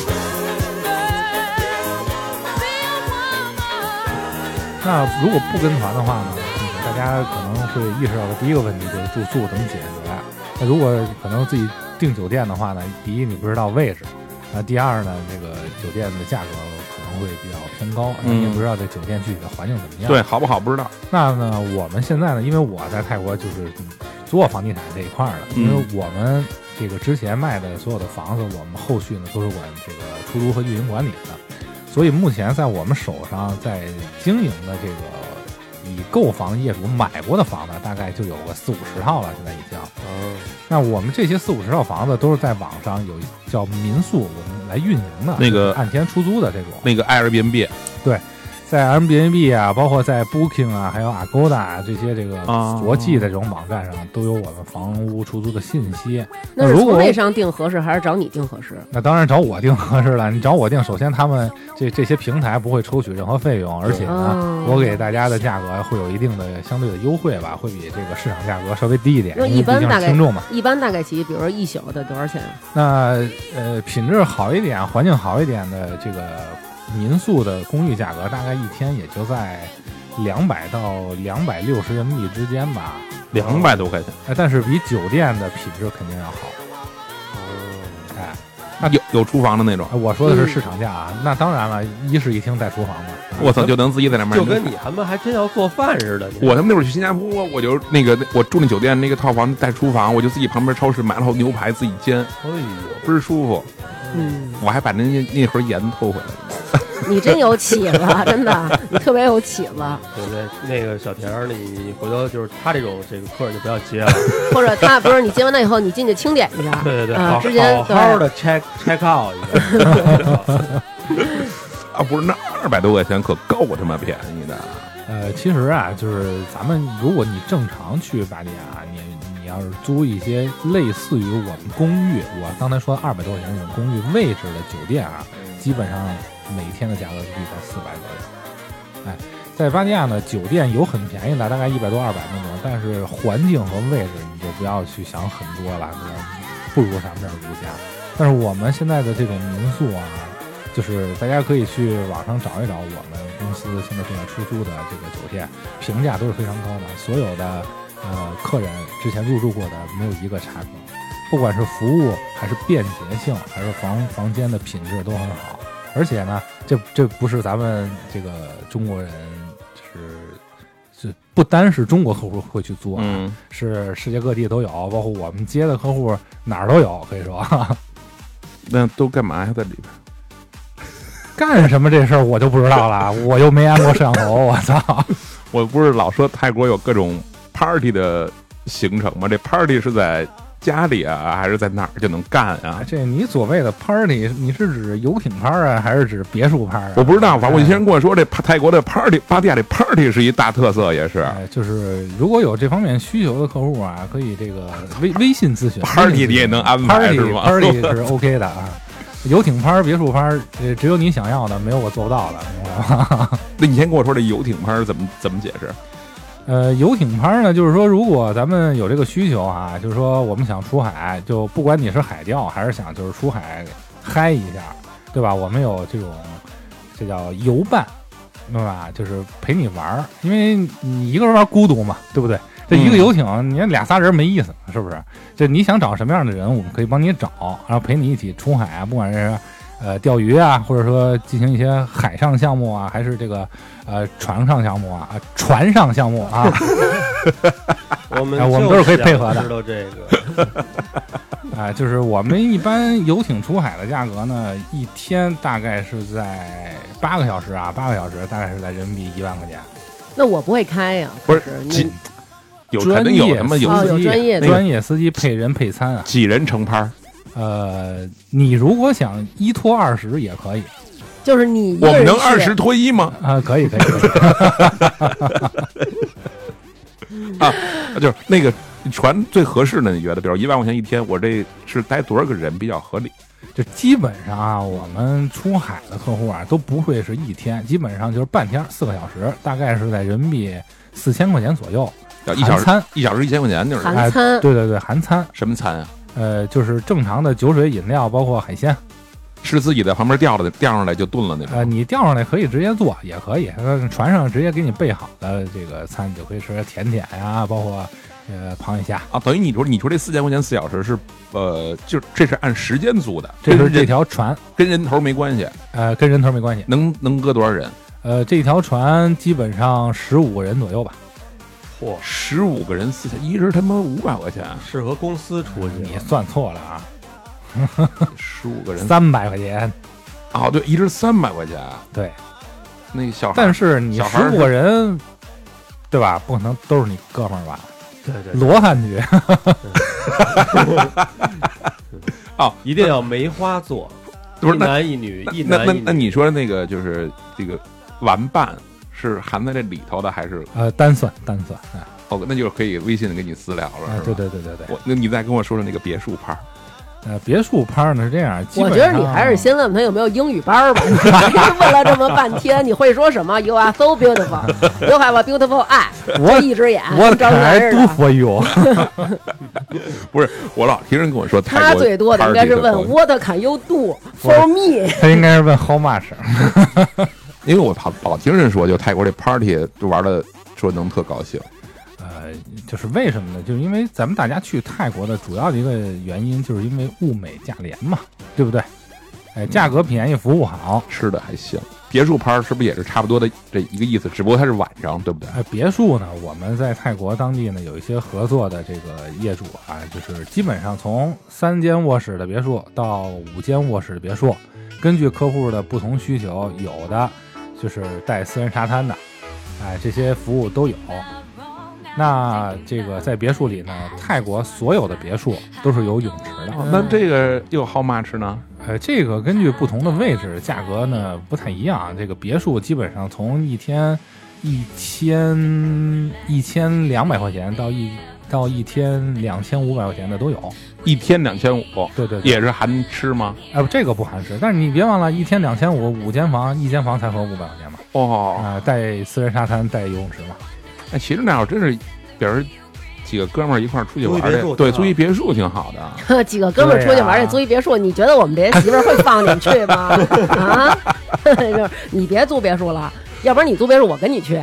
First be a woman. 那如果不跟团的话呢，大家可能会意识到的第一个问题就是住宿怎么解决。那如果可能自己订酒店的话呢，第一你不知道位置，那第二呢，这个酒店的价格可能会比较偏高，嗯、你也不知道这酒店具体的环境怎么样， 对，好不好不知道。 那呢，我们现在呢，因为我在泰国就是做房地产这一块的，嗯、因为我们这个之前卖的所有的房子，我们后续呢都是管这个出租和运营管理的，所以目前在我们手上在经营的这个以购房业主买过的房子，大概就有个四五十套了，现在已经。 嗯， 那我们这些四五十套房子都是在网上有叫民宿，我们来运营的， 那个按天出租的这种， 那个 Airbnb， 对，在 Airbnb 啊，包括在 Booking 啊，还有 Agoda 啊这些这个国际的这种网站上，都有我们房屋出租的信息。 那是从那上订合适，还是找你订合适？ 那当然找我订合适了。你找我订，首先他们这这些平台不会抽取任何费用，而且呢，哦、我给大家的价格会有一定的相对的优惠吧，会比这个市场价格稍微低一点。 因为一般大概听众嘛， 一般大概起，比如说一宿的多少钱？ 那呃，品质好一点、环境好一点的这个民宿的公寓价格，大概一天也就在两百到两百六十人民币之间吧， 两百多块钱。 哎，但是比酒店的品质肯定要好。 哦， 哎， 那有有厨房的那种。 我说的是市场价啊，嗯、那当然了，一室一厅带厨房的。 我操，就能自己在那边， 就跟你他们还真要做饭似的。 我他妈那会儿去新加坡，我就那个我住那酒店那个套房带厨房，我就自己旁边超市买了好牛排自己煎，哎呦，倍儿舒服。 嗯， 我还把那那盒盐偷回来了。 你真有起子，真的，你特别有起子。 对对，那个小田儿，你你回头就是他这种这个客人就不要接了， 或者他不是你接完他以后，你进去清点一下。 对对对， 啊， 好之前好好的 check check out 一下。 啊，不是，那二百多块钱可够他妈便宜的。 呃，其实啊，就是咱们如果你正常去巴利亚，你你要是租一些类似于我们公寓，我刚才说二百多块钱那种公寓位置的酒店啊，基本上每天的价格就得在四百左右。哎，在巴利亚呢，酒店有很便宜的，大概一百多、二百那种，但是环境和位置你就不要去想很多了，对吧？不如咱们这儿如家。但是我们现在的这种民宿啊，就是大家可以去网上找一找我们公司现在正在出租的这个酒店，评价都是非常高的，所有的呃客人之前入住过的没有一个差评，不管是服务还是便捷性，还是房房间的品质都很好。而且呢，这这不是咱们这个中国人，就是是不单是中国客户会去做， 嗯， 是世界各地都有，包括我们接的客户哪儿都有，可以说。 那都干嘛呀，在里边？ 干什么这事儿我就不知道了，我又没安过摄像头，我操！ 我不是老说泰国有各种 party 的行程吗？这 party 是在家里啊，还是在哪儿就能干啊？ 这你所谓的 party， 你是指游艇趴啊，还是指别墅趴啊？ 我不知道，反正我以前人跟我说，这泰国的 party， 巴蒂亚这 party 是一大特色，也是。 哎，就是如果有这方面需求的客户啊，可以这个微微信咨询。 party 你也能安排是吗 ？party 是 OK 的啊。游艇趴、别墅趴，呃，只有你想要的，没有我做不到的，明白吗？ 那你先跟我说这游艇趴怎么怎么解释？ 呃，游艇趴呢，就是说，如果咱们有这个需求啊，就是说我们想出海，就不管你是海钓还是想就是出海嗨一下，对吧？我们有这种这叫游伴，对吧？就是陪你玩儿，因为你一个人玩孤独嘛，对不对？这一个游艇，你俩仨人没意思，是不是？就你想找什么样的人，我们可以帮你找，然后陪你一起出海啊，不管是呃钓鱼啊，或者说进行一些海上项目啊，还是这个呃船上项目啊，啊船上项目啊， 我们、 哎、我们都是可以配合的。 知道这个， 啊、呃，就是我们一般游艇出海的价格呢，一天大概是在八个小时啊，八个小时大概是在人民币一万块钱。 那我不会开呀、啊， 不是你。 有肯定有什么有司机、哦、有专业的专业司机配人配餐啊， 几人成趴？ 呃，你如果想一拖二十也可以， 就是你我们能二十拖一吗？ 啊，可以可以。可以啊，就是那个船最合适的，你觉得？比如一万块钱一天，我这是待多少个人比较合理？ 就基本上啊，我们出海的客户啊都不会是一天，基本上就是半天四个小时，大概是在人民币四千块钱左右。 要一小时餐一小时一千块钱就是含餐、 哎，对对对，含餐。 什么餐啊？ 呃，就是正常的酒水饮料，包括海鲜， 是自己在旁边钓的，钓上来就炖了那种。 呃，你钓上来可以直接做，也可以，呃，船上直接给你备好的这个餐，你就可以吃甜点呀，包括呃螃蟹虾啊。等于你说你说这四千块钱四小时是呃，就这是按时间租的， 这是这条船跟人头没关系， 呃，跟人头没关系。 能能搁多少人？ 呃，这条船基本上十五个人左右吧。 嚯，十五个人四千，一人他妈五百块钱， 适合公司出去。 你算错了啊， 十五个人三百块钱。 哦，对，一人三百块钱。 对， 那个小孩， 但是你十五个人，对吧？不可能都是你哥们儿吧？ 对对， 罗汉局。 哦， 一定要梅花座， 不是一男一女，一男一女。 那你说那个就是这个玩伴。是含在这里头的还是呃单算单算？哎， 哦，那就是可以微信跟你私聊了。 啊，对对对对对。 我那你再跟我说说那个别墅趴。 呃，别墅趴呢是这样， 我觉得你还是先问问他有没有英语班吧。你问了这么半天，你会说什么 ？You are so beautiful, you have a beautiful eye。我一只眼， 我还 do for you。 不是，我老听人跟我说泰国，他最多的应该是问 What can you do for me？ 他应该是问 How much？ 因为我老老听人说，就泰国这 party 就玩的，说能特高兴。 呃，就是为什么呢？就是因为咱们大家去泰国的主要的一个原因，就是因为物美价廉嘛，对不对？哎，价格便宜，服务好， 吃的还行。 别墅拍是不是也是差不多的这一个意思？只不过它是晚上，对不对？ 哎，别墅呢，我们在泰国当地呢有一些合作的这个业主啊，就是基本上从三间卧室的别墅到五间卧室的别墅，根据客户的不同需求，有的就是带私人沙滩的，哎，这些服务都有。那这个在别墅里呢，泰国所有的别墅都是有泳池的。 哦、那这个又 how much 呢？ 呃，这个根据不同的位置，价格呢不太一样。这个别墅基本上从一天一千一千两百块钱到一到一天两千五百块钱的都有。 一天两千五， 对对， 也是含吃吗？ 哎、呃，这个不含吃，但是你别忘了，一天两千五，五间房，一间房才合五百块钱嘛。 哦， 啊、呃，带私人沙滩，带游泳池嘛。 哎，其实那会儿真是，比如几个哥们儿一块儿出去玩去，对，租一别墅挺好的。几个哥们儿出去玩去租一别墅，你觉得我们这些媳妇儿会放你去吗？啊，你别租别墅了，要不然你租别墅，我跟你去。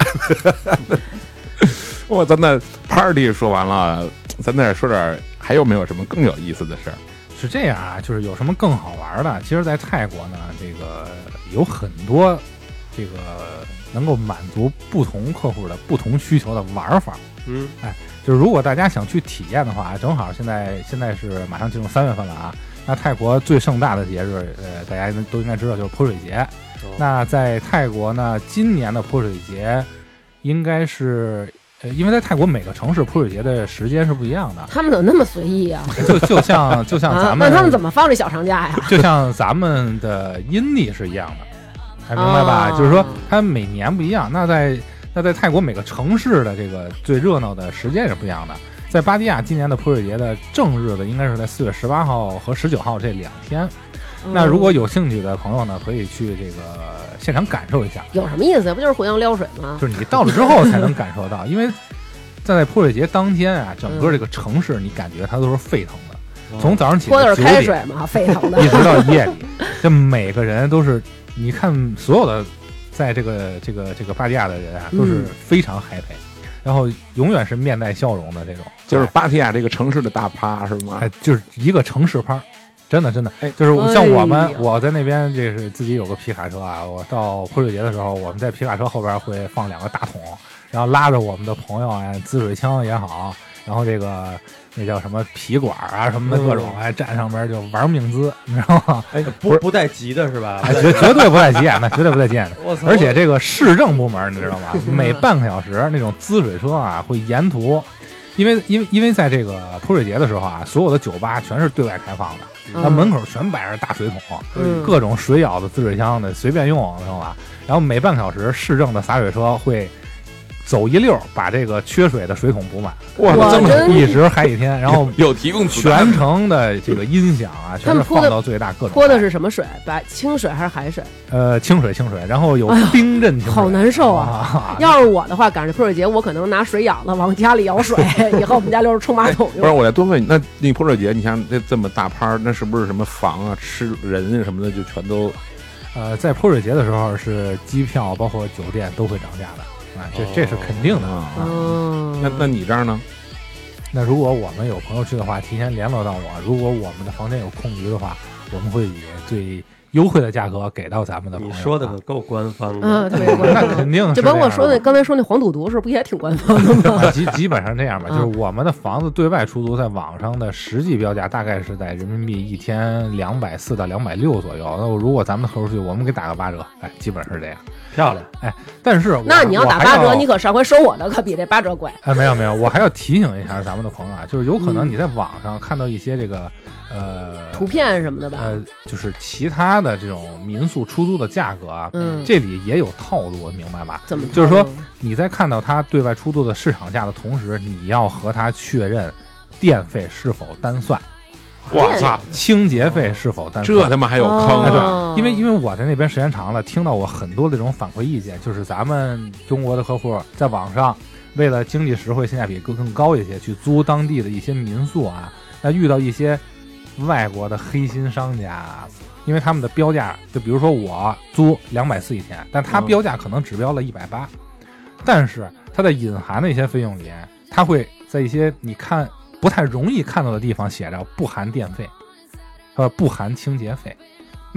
哇，咱的 party 说完了，咱再说点，还有没有什么更有意思的事儿？ 是这样啊，就是有什么更好玩的？其实，在泰国呢，这个有很多这个能够满足不同客户的不同需求的玩法。 嗯， 哎。就是如果大家想去体验的话，正好现在现在是马上进入三月份了啊。那泰国最盛大的节日，呃，大家都应该知道就是泼水节。哦、那在泰国呢，今年的泼水节应该是，呃，因为在泰国每个城市泼水节的时间是不一样的。 他们怎么那么随意啊？ 就就像就像咱们、 啊，那他们怎么放这小长假呀？ 就像咱们的阴历是一样的，还明白吧？ 哦、 就是说，它每年不一样。那在那在泰国每个城市的这个最热闹的时间是不一样的。在芭提雅今年的泼水节的正日子应该是在四月十八号和十九号这两天。嗯、那如果有兴趣的朋友呢，可以去这个现场感受一下。 有什么意思？不就是互相撩水吗？ 就是你到了之后才能感受到，因为在泼水节当天啊，整个这个城市你感觉它都是沸腾的，嗯、从早上起泼的是开水嘛，沸腾的， 一直到夜里，这每个人都是，你看所有的。在这个这个这个芭提雅的人啊，都是非常嗨培、嗯，然后永远是面带笑容的这种， 就是芭提雅这个城市的大趴是吗？ 哎，就是一个城市趴，真的真的，哎，就是像我们、哎、我在那边这是自己有个皮卡车啊，我到泼水节的时候，我们在皮卡车后边会放两个大桶，然后拉着我们的朋友啊，滋水枪也好，然后这个。那叫什么皮管啊什么的各种，哎，站上面就玩命姿，你知道吗？ 哎，不不带急的是吧？ 哎，绝绝对不带急眼的，绝对不带急眼的。而且这个市政部门你知道吗？每半个小时那种滋水车啊，会沿途，因为因为因为在这个泼水节的时候啊，所有的酒吧全是对外开放的，那、嗯、门口全摆着大水桶，嗯、各种水舀的滋水枪的随便用，知道吧？然后每半个小时市政的洒水车会。走一溜，把这个缺水的水桶补满。 哇， 这么一直嗨一天，然后有提供全程的这个音响啊，全是放到最大，各种。 泼的是什么水？白清水还是海水？ 呃，清水，清水，然后有冰镇清水， 哎、好难受啊！要是我的话，赶上泼水节，我可能拿水舀子往家里舀水，以后我们家就是冲马桶。 不是，我再多问你，那那泼水节，你像这这么大趴，那是不是什么房啊、吃人什么的就全都？ 呃，在泼水节的时候，是机票包括酒店都会涨价的。啊，这这是肯定的啊！ 哦、 那那你这儿呢？ 那如果我们有朋友去的话，提前联络到我，如果我们的房间有空余的话，我们会以最优惠的价格给到咱们的朋友。 你说的可够官方的， 嗯，特别官方， 那肯定是。 就跟我说的，刚才说那黄赌毒是不是也挺官方的吗？ 基基本上这样吧，就是我们的房子对外出租，在网上的实际标价大概是在人民币一天两百四到两百六左右。那如果咱们的客户去，我们给打个八折，哎，基本上是这样。 漂亮， 哎，但是那你要打八折，你可上回收我的可比这八折贵。 哎，没有没有，我还要提醒一下咱们的朋友啊，就是有可能你在网上看到一些这个、嗯、呃图片什么的吧， 呃，就是其他的这种民宿出租的价格啊， 嗯， 这里也有套路，明白吧？ 怎么？ 就是说你在看到他对外出租的市场价的同时，你要和他确认电费是否单算。 我操！ 清洁费是否单算？ 这他妈还有坑啊！ 哦、 对，因为因为我在那边时间长了，听到过很多的这种反馈意见，就是咱们中国的客户在网上为了经济实惠、性价比更更高一些，去租当地的一些民宿啊，那遇到一些外国的黑心商家，因为他们的标价，就比如说我租两百四一天，但他标价可能只标了一百八，但是他在隐含的一些费用里，他会在一些你看。不太容易看到的地方写着不含电费，呃，不含清洁费。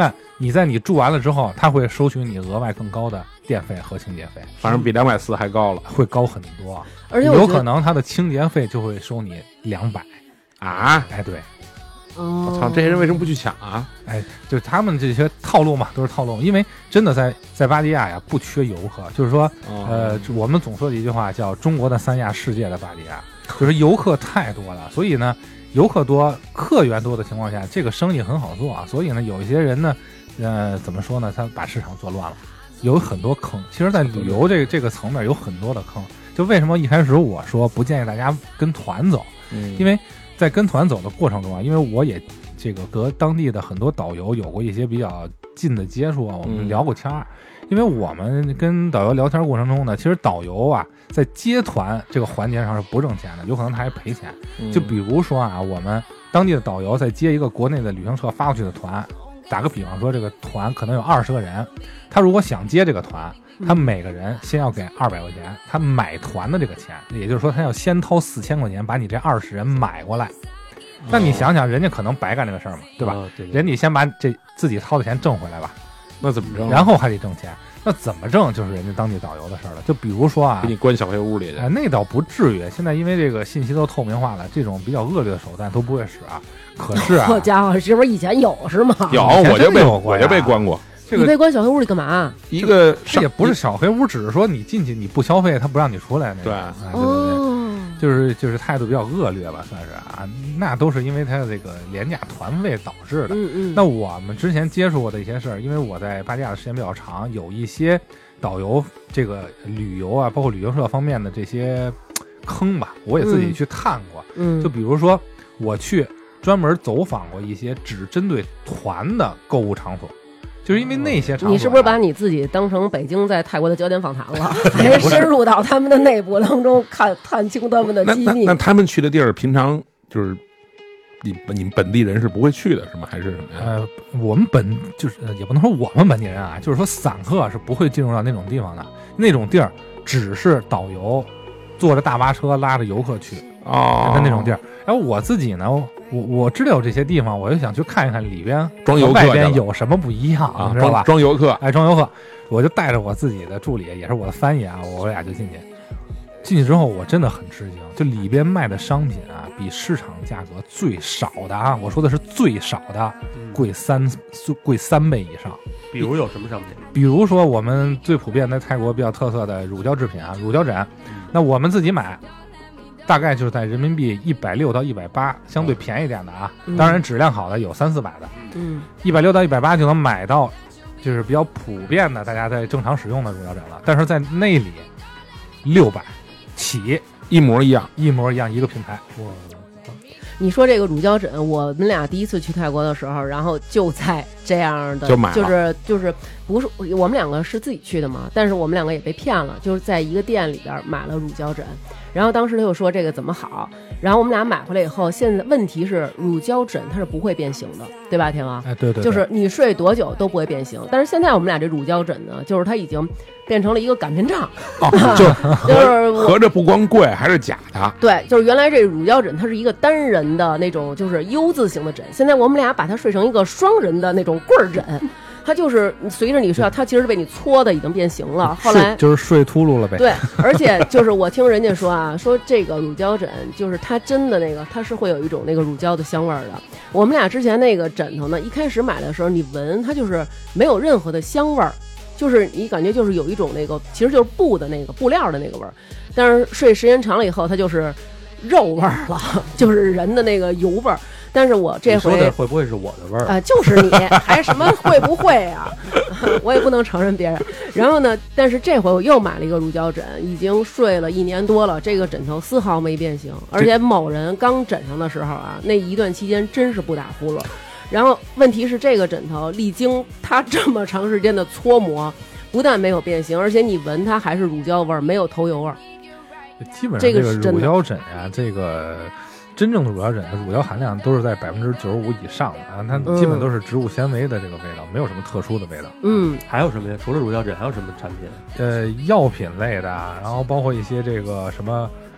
那你在你住完了之后，他会收取你额外更高的电费和清洁费， 反正比两百四还高了会高很多。 而且我觉得有可能他的清洁费就会收你两百。 啊！ 哎，对， 哦我操，这些人为什么不去抢啊？ 哎，就是他们这些套路嘛，都是套路。因为真的在在巴迪亚呀，不缺游客，就是说， 哦呃，我们总说的一句话叫“中国的三亚，世界的巴迪亚”，就是游客太多了，所以呢，游客多、客源多的情况下，这个生意很好做啊。所以呢，有一些人呢，呃，怎么说呢？他把市场做乱了，有很多坑。其实，在旅游这个这个层面有很多的坑。就为什么一开始我说不建议大家跟团走， 嗯因为在跟团走的过程中啊，因为我也这个和当地的很多导游有过一些比较近的接触啊，我们聊过天儿。因为我们跟导游聊天过程中呢，其实导游啊在接团这个环节上是不挣钱的，有可能他还赔钱。就比如说啊，我们当地的导游在接一个国内的旅行社发过去的团，打个比方说，这个团可能有二十个人，他如果想接这个团，他每个人先要给二百块钱，他买团的这个钱，也就是说他要先掏四千块钱把你这二十人买过来。那你想想，人家可能白干这个事儿嘛，对吧？ 哦对对人家先把这自己掏的钱挣回来吧， 那怎么挣？ 然后还得挣钱。那怎么挣就是人家当地导游的事儿了。就比如说啊给，你关小黑屋里去。 哎，那倒不至于。现在因为这个信息都透明化了，这种比较恶劣的手段都不会使啊。可是啊， 好家伙，是不是以前有是吗？ 有， 以前我就被真有过呀我就被关过这个你被关小黑屋里干嘛？ 一个上这也不是小黑屋，只是说你进去你不消费，他不让你出来那种。 对哎对对对， 哦， 就是就是态度比较恶劣吧，算是啊。那都是因为他的这个廉价团费导致的。 嗯嗯， 那我们之前接触过的一些事儿，因为我在巴迪亚的时间比较长，有一些导游这个旅游啊，包括旅行社方面的这些坑吧，我也自己去探过。 嗯， 就比如说，我去专门走访过一些只针对团的购物场所，就是因为那些场所、啊， 你是不是把你自己当成北京在泰国的焦点访谈了？还深入到他们的内部当中看探清他们的机密那那那？他们去的地儿，平常就是你你们本地人是不会去的，是吗？还是什么呀？ 呃，我们本就是呃也不能说我们本地人啊，就是说散客是不会进入到那种地方的，那种地儿只是导游坐着大巴车拉着游客去哦， 的那种地儿。然后我自己呢，我我知道有这些地方，我就想去看一看里边装游客和外边去了有什么不一样， 啊， 你知道吧装？装游客， 哎，装游客，我就带着我自己的助理，也是我的翻译啊，我俩就进去。进去之后，我真的很吃惊，就里边卖的商品啊，比市场价格最少的啊，我说的是最少的，贵三贵三倍以上。 比如有什么商品？ 比如说我们最普遍在泰国比较特色的乳胶制品啊，乳胶枕，那我们自己买，大概就是在人民币一百六到一百八，相对便宜点的啊， 嗯当然质量好的有三四百的， 嗯， 一百六到一百八就能买到，就是比较普遍的大家在正常使用的乳胶枕了。但是在那里，六百起， 一模一样。 一模一样，一个品牌。 你说这个乳胶枕，我们俩第一次去泰国的时候，然后就在这样的， 就买了就是就是不是我们两个是自己去的嘛，但是我们两个也被骗了，就是在一个店里边买了乳胶枕，然后当时他就说这个怎么好，然后我们俩买回来以后，现在问题是乳胶枕它是不会变形的，对吧，天王？ 哎，对对对， 就是你睡多久都不会变形，但是现在我们俩这乳胶枕呢，就是它已经变成了一个擀面杖， 哦，就就是我合着不光贵，还是假的。 对，就是原来这乳胶枕它是一个单人的那种，就是 U 字形的枕，现在我们俩把它睡成一个双人的那种棍儿枕，它就是随着你睡觉，它其实是被你搓的已经变形了。后来睡就是睡秃噜了呗。 对，而且就是我听人家说啊，说这个乳胶枕就是它真的那个，它是会有一种那个乳胶的香味儿的。我们俩之前那个枕头呢，一开始买的时候你闻它就是没有任何的香味儿。就是你感觉就是有一种那个，其实就是布的那个布料的那个味儿，但是睡时间长了以后，它就是肉味儿了，就是人的那个油味儿。但是我这你说回的会不会是我的味儿？ 啊、就是你还什么会不会啊？我也不能承认别人。然后呢，但是这回我又买了一个乳胶枕，已经睡了一年多了，这个枕头丝毫没变形，而且某人刚枕上的时候啊，那一段期间真是不打呼噜。然后问题是这个枕头历经它这么长时间的搓磨，不但没有变形，而且你闻它还是乳胶味儿，没有头油味儿。 基本上这这个个是真的乳胶枕啊，这个真正的乳胶枕的乳胶含量都是在百分之九十五以上的啊，它基本都是植物纤维的这个味道，没有什么特殊的味道。 嗯， 还有什么呀？除了乳胶枕，还有什么产品？ 呃，药品类的，然后包括一些这个什么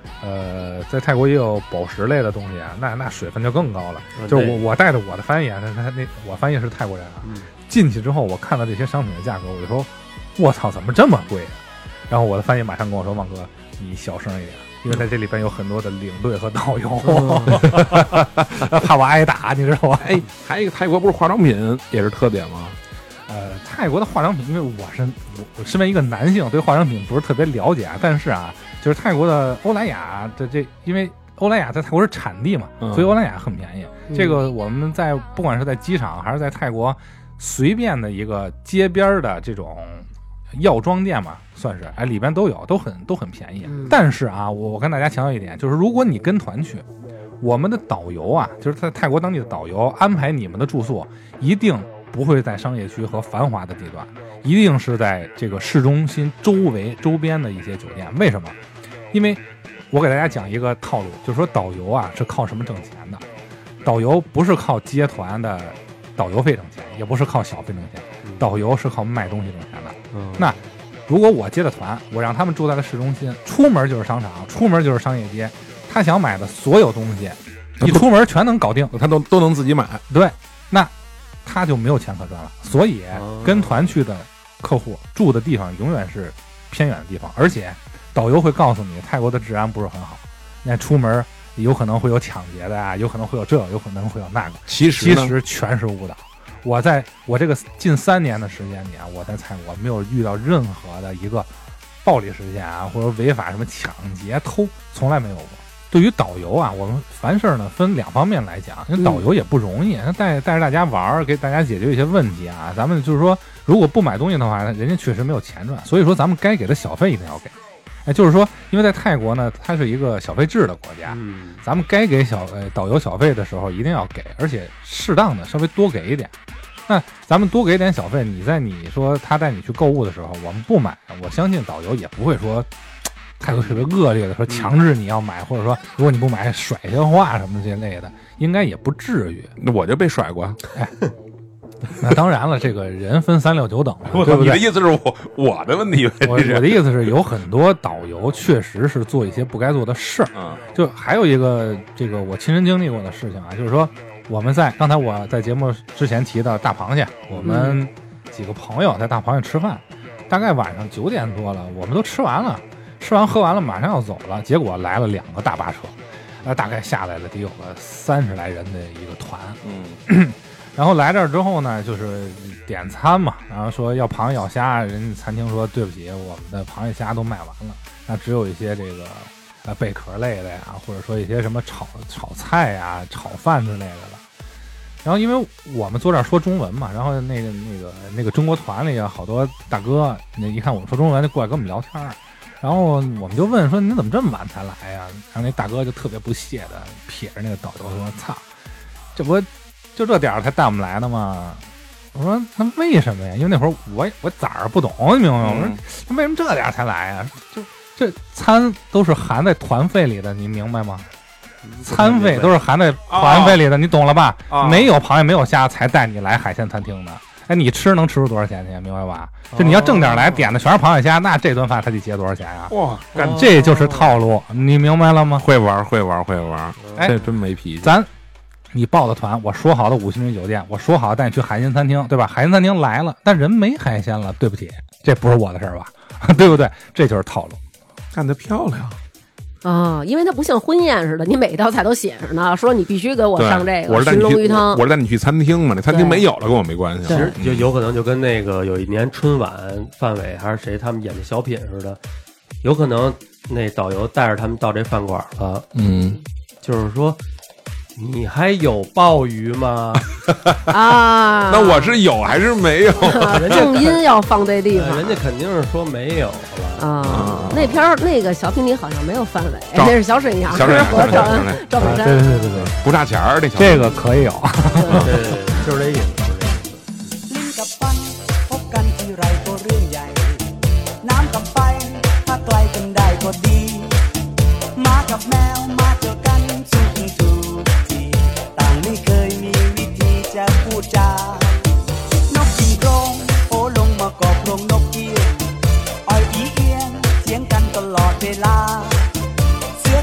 呃，在泰国也有宝石类的东西啊，那那水分就更高了。就是我我带着我的翻译啊，他他那我翻译是泰国人啊， 嗯、 进去之后我看到这些商品的价格，我就说，我操，怎么这么贵啊？然后我的翻译马上跟我说，旺哥，你小声一点，因为在这里边有很多的领队和导游，嗯、怕我挨打，你知道吗？ 哎，还有一个泰国不是化妆品也是特点吗？ 呃，泰国的化妆品，因为我是我身为一个男性，对化妆品不是特别了解啊。但是啊，就是泰国的欧莱雅的这，因为欧莱雅在泰国是产地嘛， 嗯、 所以欧莱雅很便宜。嗯、这个我们在不管是在机场还是在泰国随便的一个街边的这种药妆店嘛，算是哎里边都有，都很都很便宜。嗯、但是啊，我我跟大家强调一点，就是如果你跟团去，我们的导游啊，就是在泰国当地的导游安排你们的住宿，一定不会在商业区和繁华的地段，一定是在这个市中心周围周边的一些酒店。为什么？因为我给大家讲一个套路，就是说导游啊是靠什么挣钱的？导游不是靠接团的导游费挣钱，也不是靠小费挣钱，导游是靠卖东西挣钱的。嗯、那如果我接的团，我让他们住在了市中心，出门就是商场，出门就是商业街，他想买的所有东西，一出门全能搞定， 他都都能自己买。 对，那他就没有钱可赚了。所以跟团去的客户住的地方永远是偏远的地方，而且导游会告诉你泰国的治安不是很好，那出门有可能会有抢劫的啊，有可能会有这，有可能会有那个。 其实其实全是误导。我在我这个近三年的时间里啊，我在泰国没有遇到任何的一个暴力事件啊，或者违法什么抢劫偷，从来没有过。对于导游啊，我们凡事呢分两方面来讲，因为导游也不容易，他带带着大家玩，给大家解决一些问题啊。咱们就是说，如果不买东西的话，人家确实没有钱赚，所以说咱们该给的小费一定要给。哎，就是说，因为在泰国呢，它是一个小费制的国家， 嗯， 咱们该给小呃导游小费的时候一定要给，而且适当的稍微多给一点。那咱们多给点小费，你在你说他带你去购物的时候，我们不买，我相信导游也不会说态度特别恶劣的说强制你要买，或者说如果你不买甩些话什么这类的，应该也不至于。 那我就被甩过。 哎，那当然了，这个人分三六九等嘛，对不对？ 你的意思是我我的问题？ 我我的意思是，有很多导游确实是做一些不该做的事儿。 嗯， 就还有一个这个我亲身经历过的事情啊，就是说我们在刚才我在节目之前提到大螃蟹，我们几个朋友在大螃蟹吃饭，大概晚上九点多了，我们都吃完了，吃完喝完了，马上要走了，结果来了两个大巴车，呃，大概下来了得有个三十来人的一个团， 嗯。 然后来这儿之后呢，就是点餐嘛，然后说要螃蟹要虾，人家餐厅说对不起，我们的螃蟹虾都卖完了，那只有一些这个呃贝壳类的呀，或者说一些什么炒炒菜呀、炒饭之类的了。然后因为我们坐这儿说中文嘛，然后那个那个那个中国团里啊，好多大哥，那一看我们说中文，就过来跟我们聊天儿。然后我们就问说你怎么这么晚才来呀？然后那大哥就特别不屑的撇着那个导游说：“操，这不。”就这点儿才带我们来的吗？我说那为什么呀？因为那会儿我我咋儿不懂，你明白吗？我说那为什么这点儿才来啊？就这餐都是含在团费里的，你明白吗？餐费都是含在团费里的，你懂了吧？没有螃蟹没有虾才带你来海鲜餐厅的。哎，你吃能吃出多少钱去？明白吧？就你要正点来点的全是螃蟹虾，那这顿饭他得结多少钱啊？ 哇， 这就是套路，你明白了吗？ 会玩会玩会玩， 哎， 这真没脾气。 咱。你报的团，我说好的五星级酒店，我说好带你去海鲜餐厅，对吧？海鲜餐厅来了，但人没海鲜了，对不起，这不是我的事儿吧？对不对？这就是套路。 干得漂亮啊、哦！因为它不像婚宴似的，你每一道菜都写着呢，说你必须给我上这个寻龙鱼汤。 我是带你去餐厅嘛，那餐厅没有了，跟我没关系。 其实就有可能就跟那个有一年春晚范伟还是谁他们演的小品似的，有可能那导游带着他们到这饭馆了， 嗯， 就是说。你还有鲍鱼吗？ 啊， 那我是有还是没有？ 人家重音要放这地方， 人家肯定是说没有了啊。那片儿那个小品里好像没有范伟，那是小沈阳小沈阳和赵赵本山， 对对对对， 不差钱儿，这这个可以有， 对对对，就是这意思。 ลิ้นกับฟันพบกันทีไรก็เรื่องใหญ่น้ำกับไฟถ้าไกลกันได้ก็ดีหมากับแมวมาเจอกันทุกทุกทีต่างไม่เคยมีวิธีจะพูดจานกกินโรงโอลงมาเกาะโรงนกเอี้ยงอ้อยอีเอียงเถียงกันตลอดเวลาเสือ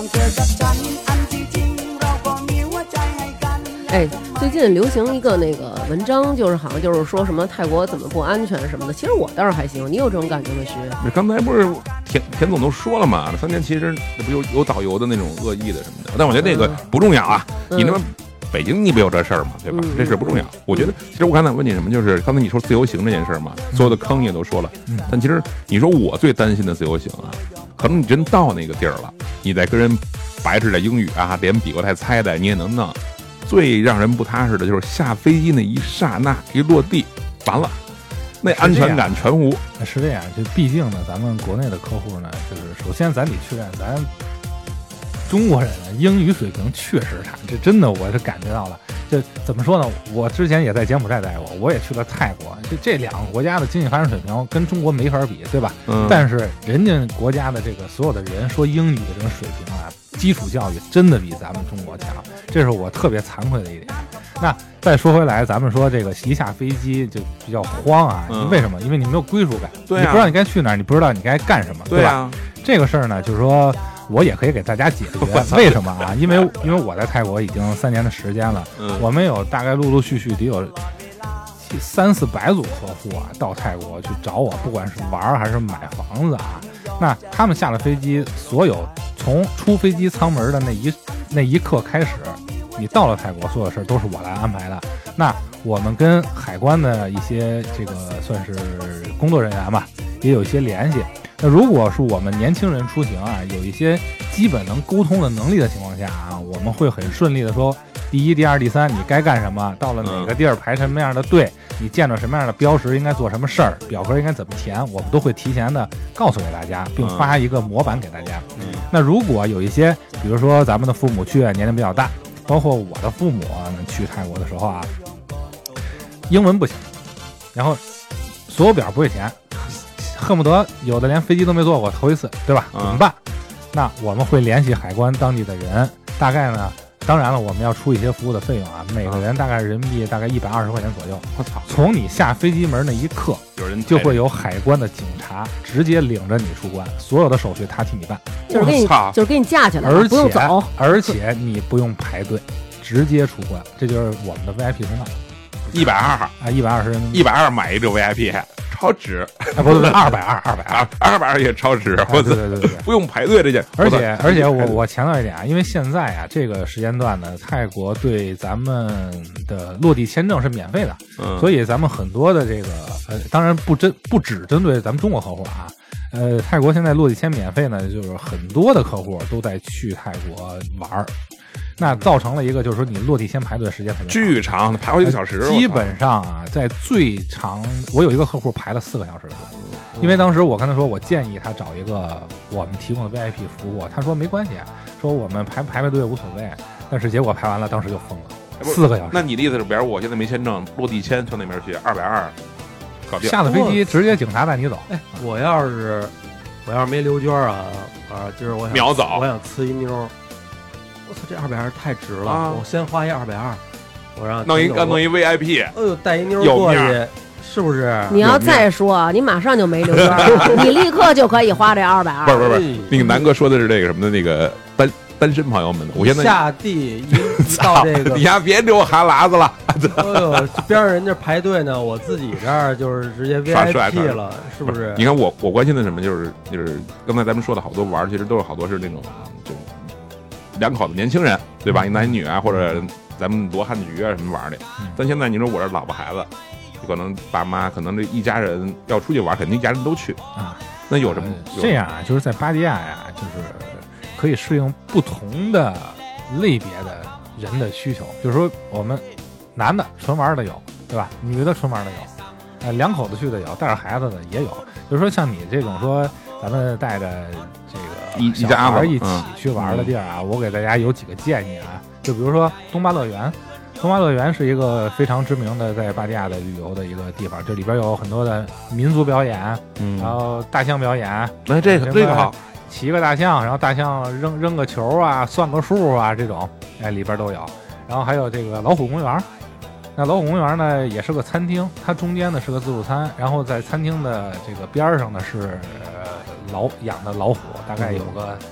างเธอกับฉันอันที่จริงเราก็มีหัวใจให้กัน哎，最近流行一个那个文章，就是好像就是说什么泰国怎么不安全什么的。其实我倒是还行，你有这种感觉吗？徐？ 刚才不是田田总都说了嘛，三年其实那不有有导游的那种恶意的什么的，但我觉得那个不重要啊。 嗯、 你他妈北京你不有这事儿嘛，对吧？ 嗯、 这事不重要。我觉得其实我刚才问你什么，就是刚才你说自由行这件事嘛，所有的坑也都说了， 嗯、 但其实你说我最担心的自由行啊，可能你真到那个地儿了，你再跟人白纸点英语啊，连比划带猜的你也能弄。最让人不踏实的就是下飞机那一刹那，一落地，完了，那安全感全无。 是这样，就毕竟呢，咱们国内的客户呢，就是首先咱得确认，咱中国人呢英语水平确实差，这真的我是感觉到了。这怎么说呢？我之前也在柬埔寨待过，我也去了泰国，这这两个国家的经济发展水平跟中国没法比，对吧？ 嗯。 但是人家国家的这个所有的人说英语的这种水平啊，基础教育真的比咱们中国强，这是我特别惭愧的一点。那再说回来，咱们说这个一下飞机就比较慌啊， 嗯、 为什么？因为你没有归属感， 对、啊， 你不知道你该去哪儿，你不知道你该干什么， 对吧？这个事儿呢，就是说我也可以给大家解决。为什么啊？因为因为我在泰国已经三年的时间了， 嗯、 我们有大概陆陆续续得有三四百组客户啊，到泰国去找我，不管是玩还是买房子啊。那他们下了飞机，所有从出飞机舱门的那一那一刻开始，你到了泰国，所有事都是我来安排的。那我们跟海关的一些这个算是工作人员吧，也有一些联系。那如果是我们年轻人出行啊，有一些基本能沟通的能力的情况下啊，我们会很顺利的说，第一、第二、第三，你该干什么，到了哪个地儿排什么样的队，你见到什么样的标识应该做什么事儿，表格应该怎么填，我们都会提前的告诉给大家，并发一个模板给大家。 嗯、 那如果有一些，比如说咱们的父母去年龄比较大，包括我的父母去泰国的时候啊，英文不行，然后所有表不会填，恨不得有的连飞机都没坐过，头一次，对吧？怎么办？嗯、那我们会联系海关当地的人，大概呢，当然了，我们要出一些服务的费用啊，每个人大概人民币大概一百二十块钱左右。 我操！ 从你下飞机门那一刻， 有人就会有海关的警察直接领着你出关，所有的手续他替你办， 就是给你就是给你架起来， 而且不用走， 而且你不用排队，直接出关，这就是我们的 V I P 通道。 一百二啊，一百二十人民币， 一百二买一个 V I P， 超值。 啊，不不不，二百二，二百二， 二百二也超值。 我、啊、对对对对， 不用排队这件。 而且而且我我强调一点啊，因为现在啊这个时间段呢，泰国对咱们的落地签证是免费的， 嗯， 所以咱们很多的这个呃，当然不针不只针对咱们中国客户啊。呃，泰国现在落地签免费呢，就是很多的客户都在去泰国玩，那造成了一个就是说你落地签排队的时间很巨长，排好几个小时。 基本上啊，在最长，我有一个客户排了四个小时的队，因为当时我跟他说，我建议他找一个我们提供的 V I P 服务，他说没关系，说我们排排排队无所谓，但是结果排完了，当时就疯了，四个小时。 那你的意思是，比如我现在没签证，落地签从那边去，二百二。 下了飞机直接警察带你走。 哎，我要是我要是没刘娟啊啊，今儿我想秒走， 我想呲一妞，我操，这二百二太值了！ 啊、 我先花一二百二，我让弄一个弄一 V I P， 哎呦，带一妞过去，是不是？ 你要再说，你马上就没刘娟，你立刻就可以花这二百二。 不是不是不是，那个南哥说的是这个什么的那个单。单身朋友们，我现在下地一到这个， 你还别流哈喇子了。 哎呦，边上人家排队呢，我自己这儿就是直接 V I P 了，是不是？ 你看我我关心的什么，就是就是刚才咱们说的好多玩，其实都是好多是那种就两口子年轻人，对吧？一男一女啊，或者咱们罗汉局啊什么玩的。但现在你说我这老婆孩子，可能爸妈可能这一家人要出去玩，肯定一家人都去啊。 那有什么？ 这样啊，就是在巴迪亚呀，就是可以适应不同的类别的人的需求。就是说，我们男的纯玩的有，对吧？女的纯玩的有，呃，两口子去的有，带着孩子的也有。就是说，像你这种说，咱们带着这个小孩一起去玩的地儿啊，嗯、我给大家有几个建议啊。就比如说东巴乐园。东巴乐园是一个非常知名的在巴迪亚的旅游的一个地方，这里边有很多的民族表演，嗯，然后大象表演， 那、哎、这个这个好， 骑个大象，然后大象扔扔个球啊，算个数啊，这种，哎，里边都有。然后还有这个老虎公园，那老虎公园呢也是个餐厅，它中间呢是个自助餐，然后在餐厅的这个边上呢是、呃、老养的老虎，大概有个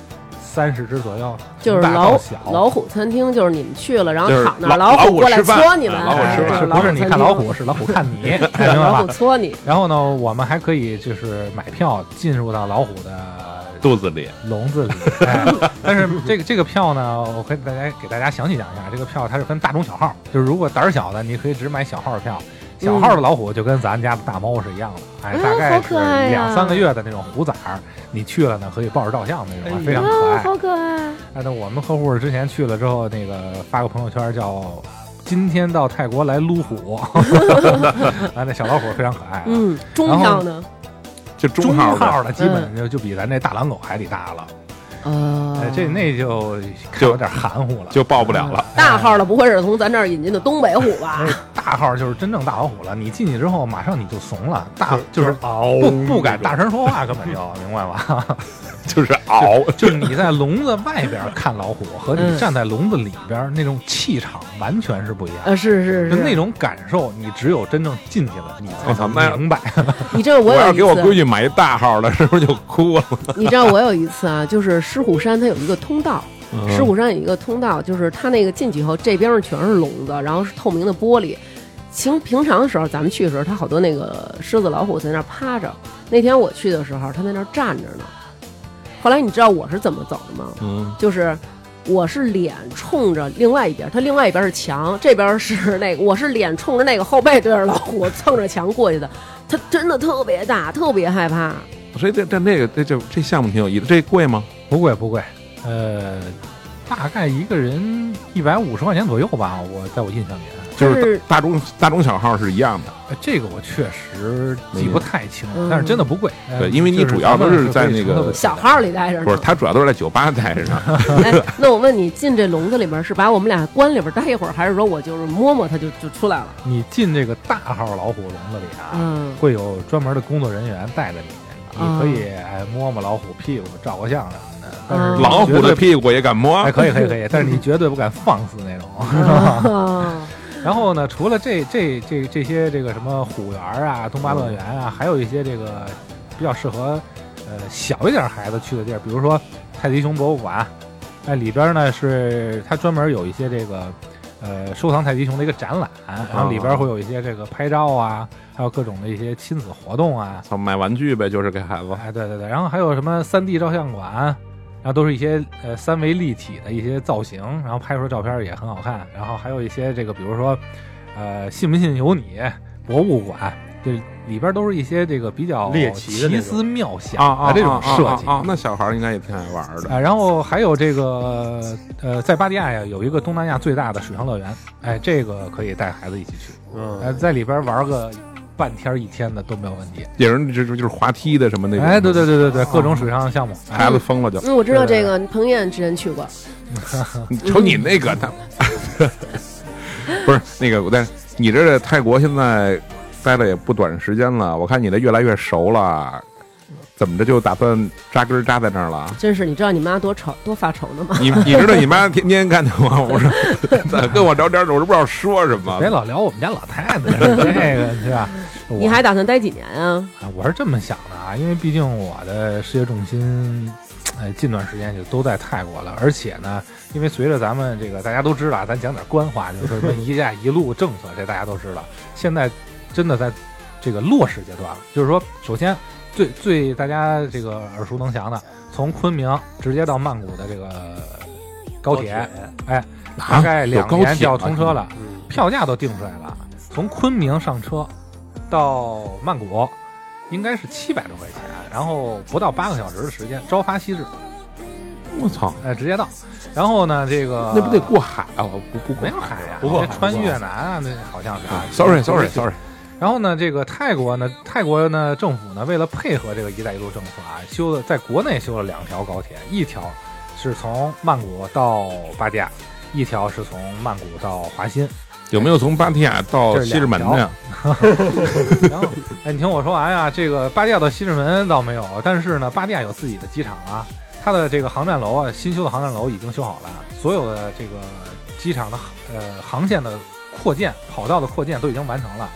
三十只左右， 就是从大老到小老虎餐厅，就是你们去了，然后就是躺那儿， 老虎过来老虎吃饭搓你们， 啊老虎吃饭哎是不是你看餐厅老虎，是老虎看你，明白老虎吧？ 搓你， 然后呢，我们还可以就是买票进入到老虎的肚子里， 笼子里。哎，但是这个这个票呢，我跟大家给大家详细讲一下，这个票它是分大中小号，就是如果胆儿小的，你可以只买小号的票。小号的老虎就跟咱家的大猫是一样的，哎， 嗯大概是好可爱呀两三个月的那种虎崽儿，你去了呢可以抱着照相那种，非常可啊， 爱。 好可爱。 哎，那我们客户之前去了之后，那个发个朋友圈叫“今天到泰国来撸虎”，啊，那小老虎非常可爱啊。 嗯，中票呢？ 就中号的号的基本就就比咱这大狼狗还得大了， 呃， 哎，这那就看有点含糊了， 就报不了了。 大号的不会是从咱这儿引进的东北虎吧？ 哎大号就是真正大老虎了，你进去之后马上你就怂了，大就就是嗷不不敢大声说话，根本就明白吧？ 就是嗷， 就是你在笼子外边看老虎和你嗯站在笼子里边那种气场完全是不一样的。 呃，是是， 就是那种感受，你只有真正进去了，你才我操那能明白。 你知道我我要有一次， 给我闺女买一大号的，是不是就哭了？ 你知道我有一次啊，就是狮虎山它有一个通道， 嗯狮虎山有一个通道，就是它那个进去以后，这边上全是笼子，然后是透明的玻璃。平平常的时候，咱们去的时候，它好多那个狮子、老虎在那儿趴着。那天我去的时候，它在那儿站着呢。后来你知道我是怎么走的吗？ 嗯， 就是我是脸冲着另外一边，它另外一边是墙，这边是那个，我是脸冲着那个后背对着老虎蹭着墙过去的。它真的特别大，特别害怕。 所以这这那个这这这项目挺有意思，这贵吗？ 不贵不贵，呃，大概一个人一百五十块钱左右吧，我在我印象里。 就是是大中大中小号是一样的， 呃这个我确实记不太清了， 嗯但是真的不贵。呃对因为你就是主要都是咱们在那个可以承受得起小号里待着呢。 不是？它主要都是在酒吧待着呢。 哎，那我问你，进这笼子里边是把我们俩关里边待一会儿，还是说我就是摸摸它就就出来了？ 你进这个大号老虎笼子里啊， 嗯会有专门的工作人员带着你， 啊你可以哎摸摸老虎屁股、照个相什么的。但是啊你老虎绝对的屁股也敢摸哎，可以可以可以，但是你绝对不敢放肆那种。 啊然后呢，除了这这这这些这个什么虎园啊、东巴乐园啊，还有一些这个比较适合呃小一点孩子去的地儿，比如说泰迪熊博物馆，哎里边呢是它专门有一些这个呃收藏泰迪熊的一个展览，然后里边会有一些这个拍照啊，还有各种的一些亲子活动啊， 操，买玩具呗，就是给孩子。 哎对对对，然后还有什么三 D 照相馆。然后都是一些呃三维立体的一些造型，然后拍出来照片也很好看。然后还有一些这个，比如说，呃，信不信由你博物馆，这里边都是一些这个比较猎奇的那种奇思妙想啊啊的这种设计啊啊啊！那小孩应该也挺爱玩的。 啊，然后还有这个呃，在巴迪亚呀有一个东南亚最大的水上乐园，哎，这个可以带孩子一起去， 嗯， 呃，在里边玩个半天一天的都没有问题。 也是就是就是滑梯的什么那种。 哎，对对对对对，各种水上项目。哎孩子疯了就。 嗯，我知道这个，彭燕之前去过。 你瞅你那个他，不是那个我在你这泰国现在待了也不短时间了，我看你这越来越熟了。怎么着就打算扎根扎在那儿了？ 真是，你知道你妈多愁多发愁呢吗？ 你你知道你妈天天干的吗？我说跟我聊天，我都不知道说什么。 别老聊我们家老太太这个是吧？ 你还打算待几年啊？ 啊，我是这么想的啊，因为毕竟我的事业重心，呃，近段时间就都在泰国了，而且呢，因为随着咱们这个大家都知道，咱讲点官话，就是说什么一带一路政策，这大家都知道，现在真的在这个落实阶段了，就是说，首先最最大家这个耳熟能详的，从昆明直接到曼谷的这个高铁，哎，大概两年就要通车了，票价都定出来了，从昆明上车到曼谷。应该是七百多块钱，然后不到八个小时的时间，朝发夕至， 我操， 哎，直接到。然后呢，这个那不得过海啊？不不没有海呀， 不过这穿越南啊，那好像是啊。 ？Sorry Sorry Sorry。 然后呢，这个泰国呢，泰国呢政府呢，为了配合这个“一带一路”政策啊，修了在国内修了两条高铁，一条是从曼谷到芭提雅，一条是从曼谷到华欣。 有没有从芭提雅到西直门的呀？ 然后，哎，你听我说完呀，这个芭提雅到西直门倒没有，但是呢，芭提雅有自己的机场啊，它的这个航站楼啊，新修的航站楼已经修好了，所有的这个机场的呃航线的扩建、跑道的扩建都已经完成了。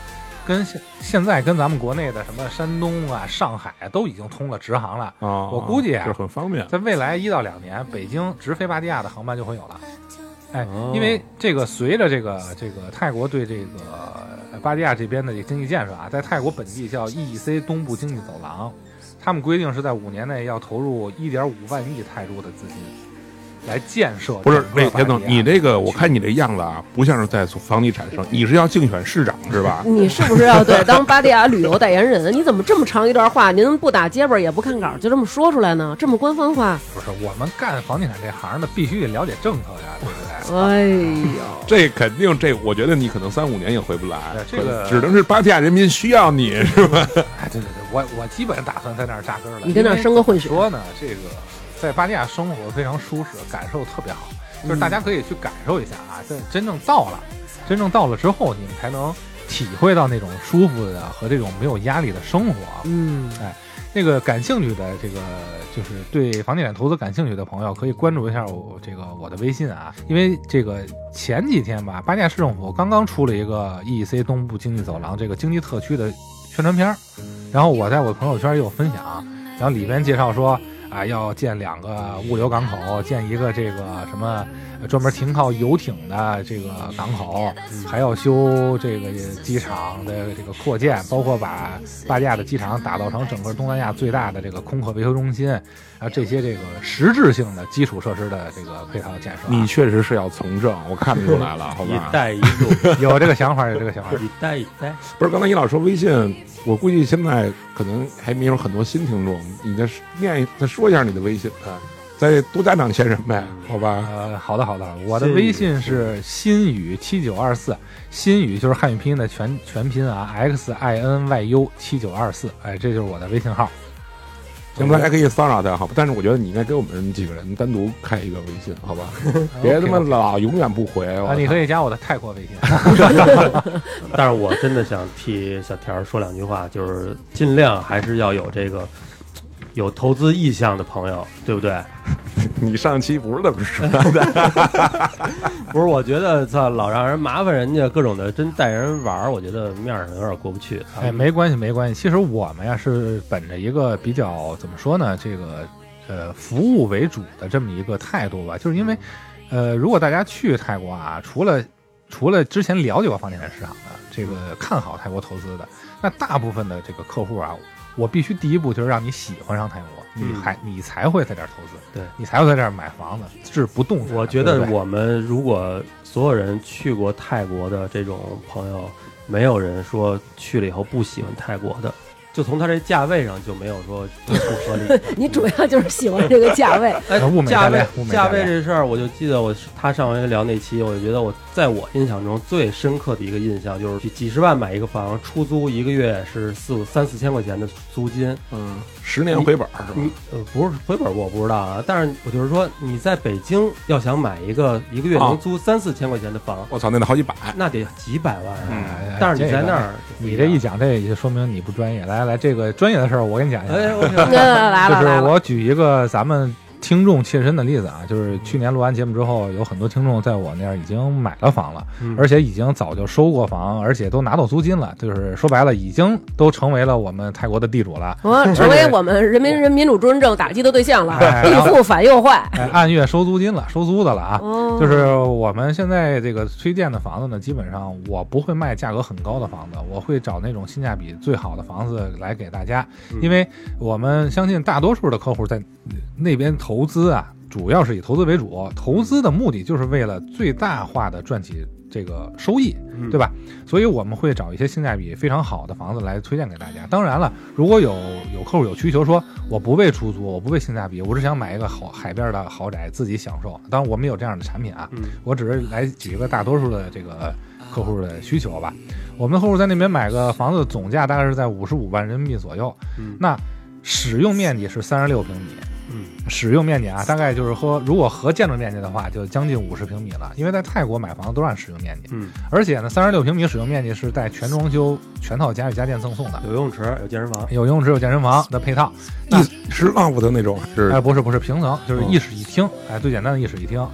跟现现在跟咱们国内的什么山东啊、上海啊都已经通了直航了。 哦， 我估计啊， 就是很方便。 在未来一到两年，北京直飞芭提雅的航班就会有了。哎， 哦因为这个随着这个这个泰国对这个芭提雅这边的这个经济建设啊，在泰国本地叫 E E C 东部经济走廊，他们规定是在五年内要投入一点五万亿泰铢的资金。来建设不是，喂，田总， 芭提雅你这个我看你这样子啊，不像是在做房地产上，你是要竞选市长是吧？ 你是不是要对当芭提雅旅游代言人？你怎么这么长一段话，您不打结巴也不看稿，就这么说出来呢？这么官方化？ 不是，我们干房地产这行的必须得了解政策呀，对不对？ 哎呦， 这肯定，这我觉得你可能三五年也回不来， 对这个只能是芭提雅人民需要你是吧？ 哎，对对对，我我基本打算在那儿扎根了。 你跟那儿生个混血说呢，这个在芭提雅生活非常舒适，感受特别好。就是大家可以去感受一下啊，这真正到了，真正到了之后，你们才能体会到那种舒服的和这种没有压力的生活。 嗯， 哎，那个感兴趣的这个就是对房地产投资感兴趣的朋友，可以关注一下我这个我的微信啊，因为这个前几天吧，芭提雅市政府刚刚出了一个 E E C 东部经济走廊这个经济特区的宣传片，然后我在我的朋友圈也有分享，然后里边介绍说。啊，要建两个物流港口，建一个这个什么专门停靠游艇的这个港口，还要修这个机场的这个扩建，包括把芭提雅的机场打造成整个东南亚最大的这个空客维修中心，然后这些这个实质性的基础设施的这个配套建设、啊。 你确实是要从政，我看得出来了，好吧？ 一带一路有这个想法，有这个想法。 一带一带， 不是，刚才尹老师说微信，我估计现在可能还没有很多新听众，你再念再说一下你的微信啊，再多加两千人呗，好吧？ 呃，好的好的，我的微信是新宇七九二四，新宇就是汉语拼音的全全拼啊 ，X I N Y U 七九二四，哎，这就是我的微信号。 行，大家可以骚扰他，好吧？但是我觉得你应该给我们几个人单独开一个微信，好吧？别他妈老永远不回。 啊，你可以加我的泰国微信。 但是我真的想替小条说两句话，就是尽量还是要有这个有投资意向的朋友，对不对？ 你上期不是这么说的， 不是，我觉得操老让人麻烦人家各种的，真带人玩，我觉得面上有点过不去。 哎，没关系，没关系。其实我们呀是本着一个比较怎么说呢，这个呃服务为主的这么一个态度吧。就是因为呃，如果大家去泰国啊，除了除了之前了解过房地产市场的，这个看好泰国投资的，那大部分的这个客户啊，我必须第一步就是让你喜欢上泰国。你还你才会在这儿投资， 对你才会在这儿买房子，是不动产。 我觉得对对我们如果所有人去过泰国的这种朋友，没有人说去了以后不喜欢泰国的，就从它这价位上就没有说不合理。 你主要就是喜欢这个价位。 哎， 物美价位价廉物美价价廉位这事儿，我就记得我他上回聊那期，我就觉得我在我印象中最深刻的一个印象就是几几十万买一个房，出租一个月是四五三四千块钱的租金， 嗯，十年回本是吧？ 你呃不是回本我不知道啊，但是我就是说你在北京要想买一个一个月能租三四千块钱的房， 我操，那得好几百， 那得几百万啊！ 哎但是你在那儿， 你这一讲，这也就说明你不专业。来来，这个专业的事儿我跟你讲一下。 哎，我来了来了就是来了， 我举一个咱们听众切身的例子啊，就是去年录完节目之后，有很多听众在我那儿已经买了房了， 嗯而且已经早就收过房，而且都拿到租金了，就是说白了，已经都成为了我们泰国的地主了。 我成为我们人民人民主专政打击的对象了， 哎地富反右坏。 哎，按月收租金了，收租的了啊。 哦， 就是我们现在这个推荐的房子呢，基本上我不会卖价格很高的房子，我会找那种性价比最好的房子来给大家，因为我们相信大多数的客户在那边投资啊，主要是以投资为主，投资的目的就是为了最大化的赚取这个收益，对吧？所以我们会找一些性价比非常好的房子来推荐给大家。当然了，如果有有客户有需求说我不为出租，我不为性价比，我只想买一个好海边的豪宅自己享受，当然我们有这样的产品啊，我只是来举一个大多数的这个客户的需求吧。我们的客户在那边买个房子总价大概是在五十五万人民币左右，那使用面积是三十六平米。 嗯， 使用面积啊，大概就是和如果合建筑面积的话，就将近五十平米了。因为在泰国买房子都按使用面积， 嗯， 而且呢，三十六平米使用面积是带全装修、全套家具家电赠送的， 有游泳池，有健身房， 有游泳池、有健身房的配套。 一是 loft 的那种，是哎，不是不是平层，就是一室一厅，哎，最简单的一室一厅。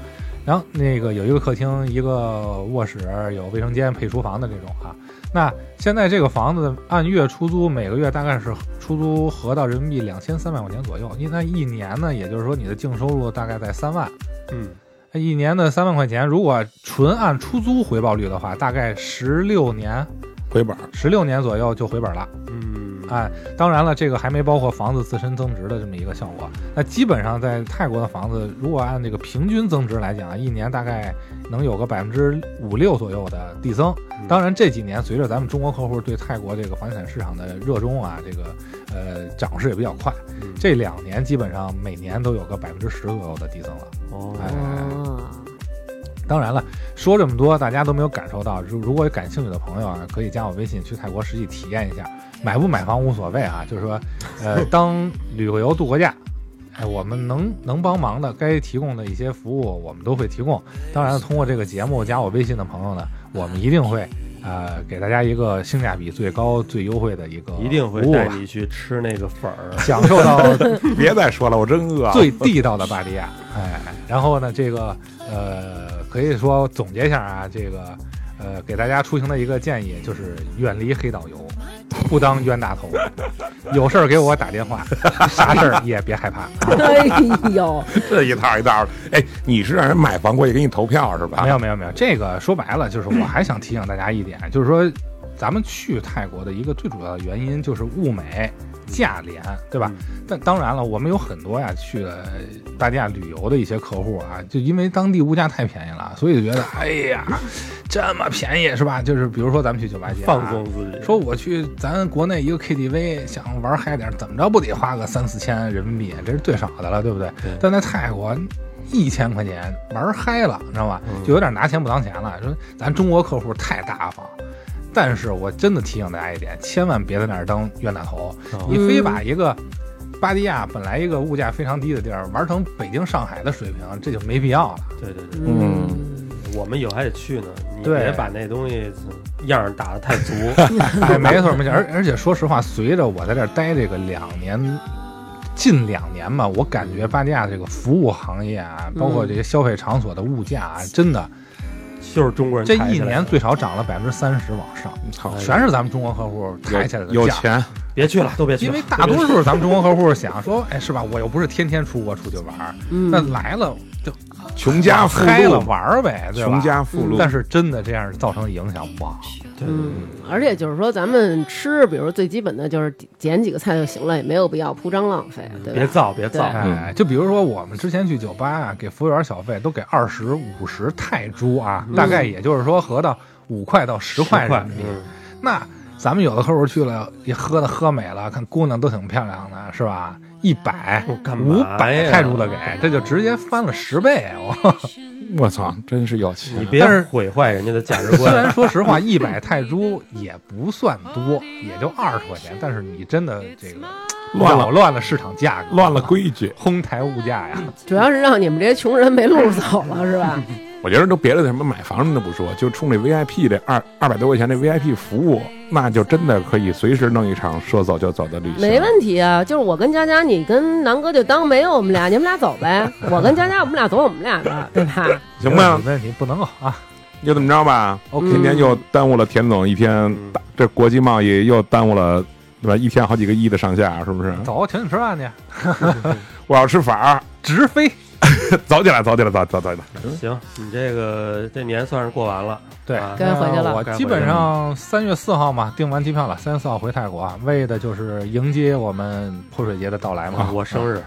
然后那个有一个客厅，一个卧室，有卫生间配厨房的这种啊。那现在这个房子按月出租，每个月大概是出租合到人民币两千三百块钱左右。因为那一年呢，也就是说你的净收入大概在三万。 嗯， 一年的三万块钱，如果纯按出租回报率的话，大概十六年回本， 十六年左右就回本了。 嗯， 哎，当然了，这个还没包括房子自身增值的这么一个效果。那基本上在泰国的房子，如果按这个平均增值来讲，一年大概能有个百分之五六左右的递增。当然这几年随着咱们中国客户对泰国这个房地产市场的热衷啊，这个呃涨势也比较快。这两年基本上每年都有个百分之十左右的递增了。 哦， 哎。当然了，说这么多，大家都没有感受到。如果有感兴趣的朋友啊，可以加我微信去泰国实际体验一下。买不买房无所谓啊，就是说，呃，当旅游度个假，哎，我们能能帮忙的，该提供的一些服务，我们都会提供。当然，通过这个节目加我微信的朋友呢，我们一定会呃给大家一个性价比最高、最优惠的一个服务， 一定会带你去吃那个粉儿， 享受到别再说了，我真饿。 最地道的巴迪亚，哎，然后呢，这个呃。可以说总结一下啊，这个呃，给大家出行的一个建议就是远离黑导游，不当冤大头，有事儿给我打电话，啥事儿也别害怕。 哎呦， 这一套一套的，哎，你是让人买房过去给你投票是吧？ 没有没有没有，这个说白了就是我还想提醒大家一点，就是说咱们去泰国的一个最主要的原因就是物美价廉，对吧？但当然了，我们有很多呀去了巴迪亚旅游的一些客户啊，就因为当地物价太便宜了，所以就觉得哎呀，这么便宜是吧？就是比如说咱们去酒吧街、啊、 放纵自己， 说我去咱国内一个 K T V 想玩嗨点，怎么着不得花个三四千人民币，这是最少的了，对不对？ 对， 但在泰国一千块钱玩嗨了，你知道吧？就有点拿钱不当钱了。说咱中国客户太大方。但是我真的提醒大家一点，千万别在那儿当冤大头， 哦、 你非把一个巴迪亚本来一个物价非常低的地儿玩成北京、上海的水平，这就没必要了。 对对对， 嗯， 我们以后还得去呢，你对别把那东西样儿打得太足。 哎，没错没错，而而且说实话，随着我在这儿待这个两年。近两年吧，我感觉巴迪亚这个服务行业啊，包括这些消费场所的物价啊，真的就是中国人这一年最少涨了百分之三十往上，操，全是咱们中国客户抬起来的价。 有钱， 别去了，都别去了。 因为大多数咱们中国客户想说，哎，是吧？我又不是天天出国出去玩， 嗯、 那来了就穷家富路了玩呗，对吧？ 穷家富路， 但是真的这样造成影响不好。 嗯，而且就是说，咱们吃，比如最基本的就是点几个菜就行了，也没有必要铺张浪费，对吧？ 别造，别造。 哎，就比如说我们之前去酒吧啊，给服务员小费都给二十五十泰铢啊， 嗯、 大概也就是说合到五块到十块人民币。 嗯、 那咱们有的客户去了，也喝的喝美了，看姑娘都挺漂亮的，是吧？一百、五百泰铢的给，这就直接翻了十倍，我。 我操，真是有钱！ 你别毁坏人家的价值观。 虽然说实话，一百泰铢也不算多，也就二十块钱，但是你真的这个乱了乱了市场价格， 乱了规矩， 哄抬物价呀！ 主要是让你们这些穷人没路走了，是吧？ 我觉得都别的什么买房什么的不说，就冲这 V I P 这二二百多块钱这 V I P 服务，那就真的可以随时弄一场说走就走的旅行。 没问题啊，就是我跟佳佳，你跟南哥就当没有我们俩，你们俩走呗。我跟佳佳，我们俩走我们俩的，对吧？ 行吧， 没问题，不能够啊。 就这么着吧。 OK， 今天又耽误了田总一天，嗯、这国际贸易又耽误了，对吧？一天好几个亿的上下，是不是？ 走，请你吃饭去。 我要吃法直飞。 走起来，走起来，走走走走。 行，你这个这年算是过完了， 对， 啊、 该回去了。 我基本上三月四号嘛，订完机票了，三月四号回泰国，为的就是迎接我们泼水节的到来嘛。 啊、我生日，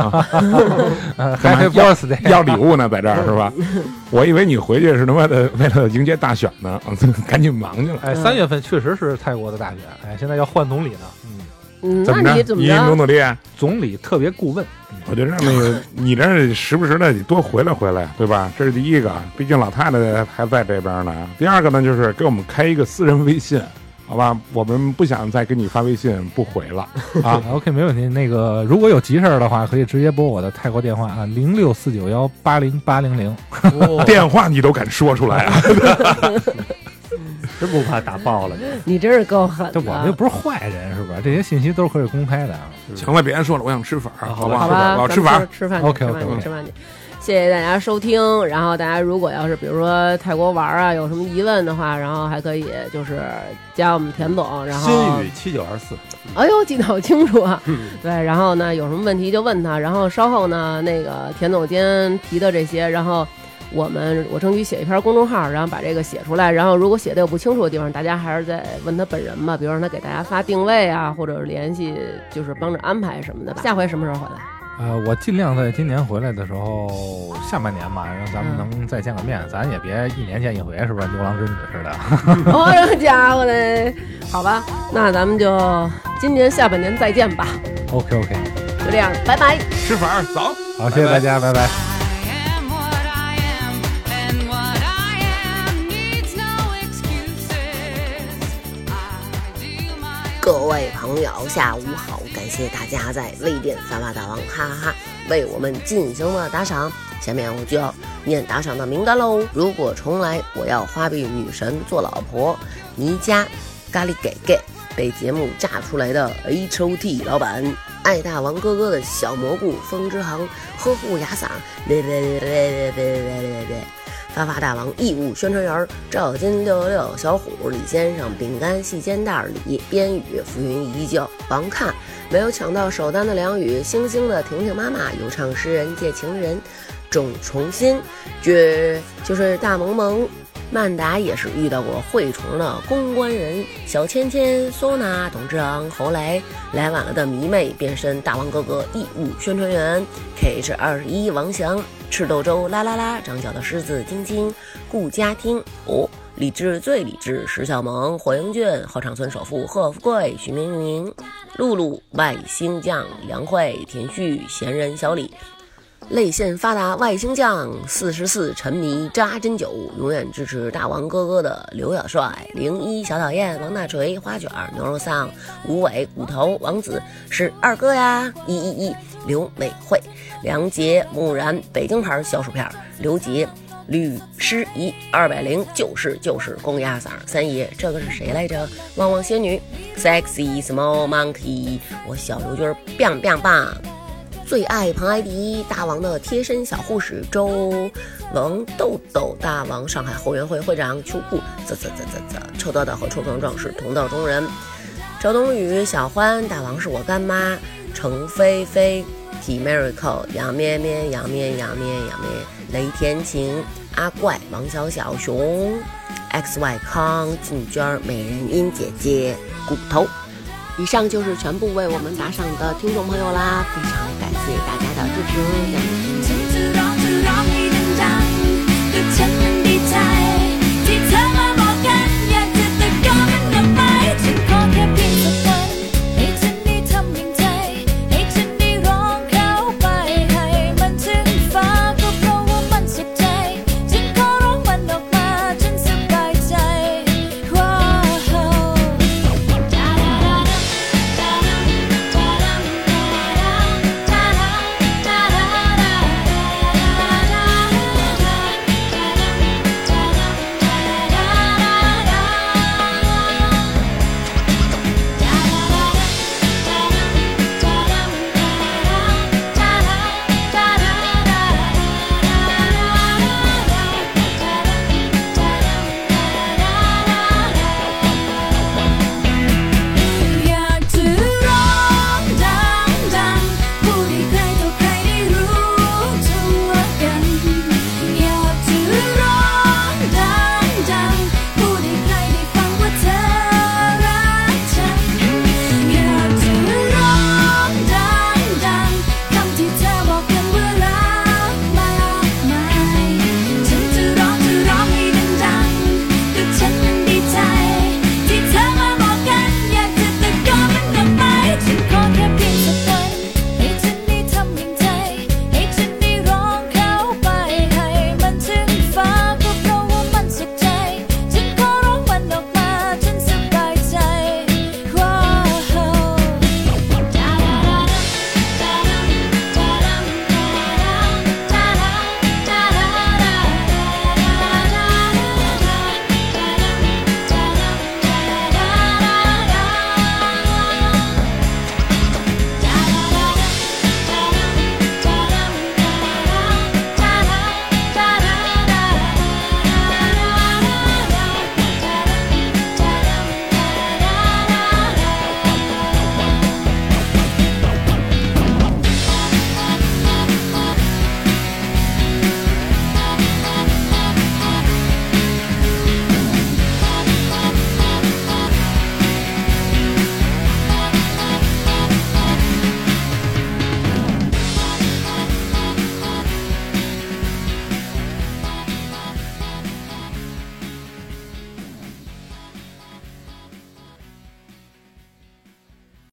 Happy Birthday， 要礼物呢，在这儿是吧？我以为你回去是他妈的为了迎接大选呢，赶紧忙去了。 哎，三月份确实是泰国的大选，哎，现在要换总理呢。嗯。 嗯， 怎么那你怎么着？ 你努努力， 总理特别顾问， 我觉得那个你这时不时的多回来回来，对吧？这是第一个，毕竟老太太还在这边呢。第二个呢，就是给我们开一个私人微信，好吧？我们不想再给你发微信不回了啊。 OK， 没问题。那个如果有急事儿的话，可以直接拨我的泰国电话啊，零六四九幺八零八零零。 电话你都敢说出来啊？ 真不怕打爆了你真是够狠的。 这我们又不是坏人，是吧？这些信息都是可以公开的。 行了，别说了，我想吃粉，好不好？ 好吧， 我要吃饭。 吃饭， OK， 吃饭，吃饭去。 谢谢大家收听。然后大家如果要是比如说泰国玩啊，有什么疑问的话，然后还可以就是加我们田总，然后新宇七九二四。 哎呦，记得好清楚啊！ 嗯对，然后呢，有什么问题就问他。然后稍后呢，那个田总今天提的这些，然后我们我争取写一篇公众号，然后把这个写出来。然后如果写的有不清楚的地方，大家还是再问他本人吧，比如让他给大家发定位啊，或者是联系，就是帮着安排什么的吧。下回什么时候回来？ 呃，我尽量在今年回来的时候，下半年吧，让咱们能再见个面，咱也别一年见一回，是不是？牛郎织女似的。 哦，这家伙的，好吧，那咱们就今年下半年再见吧。 OK OK， 就这样，拜拜。 吃饭儿走。 好，谢谢大家，拜拜。 各位朋友，下午好！感谢大家在微店发发大王哈哈哈为我们进行了打赏。下面我就要念打赏的名单喽。如果重来，我要花臂女神做老婆。倪家咖喱给给被节目炸出来的 H O T 老板，爱大王哥哥的小蘑菇风之航呵护哑嗓，别别别别别别别别别。发发大王义务宣传员赵金六六小虎李先生饼干细肩带李边宇浮云依旧王看没有抢到首单的梁宇星星的婷婷妈妈有唱诗人借情人种重新绝就是大萌萌曼达也是遇到过惠虫的公关人小芊芊索娜董志昂后来来晚了的迷妹变身大王哥哥义务宣传员 K H 二十一王翔赤豆粥啦啦啦长脚的狮子晶晶顾家厅哦理智最理智石小萌火英俊后场村首富贺富贵许明明露露外星将杨慧田旭闲人小李泪腺发达外星将四十四沉迷扎针灸永远支持大王哥哥的刘小帅零一小讨厌王大锤花卷牛肉丧吴伟骨头王子是二哥呀一一一刘美惠梁杰木然北京牌小薯片刘杰吕诗怡二百零就是就是公鸭嗓三爷这个是谁来着旺旺仙女 sexy small monkey 我小刘军 biang biang biang最爱庞艾迪大王的贴身小护士周王豆豆大王上海后援会会长秋裤啧啧啧啧啧臭豆豆和臭壮壮是同道中人周冬雨小欢大王是我干妈程菲菲 T Miracle 杨咩咩杨咩杨咩杨咩雷天晴阿怪王小小熊 X Y 康静娟美人音姐姐骨头以上就是全部为我们打赏的听众朋友啦非常感谢大家的支持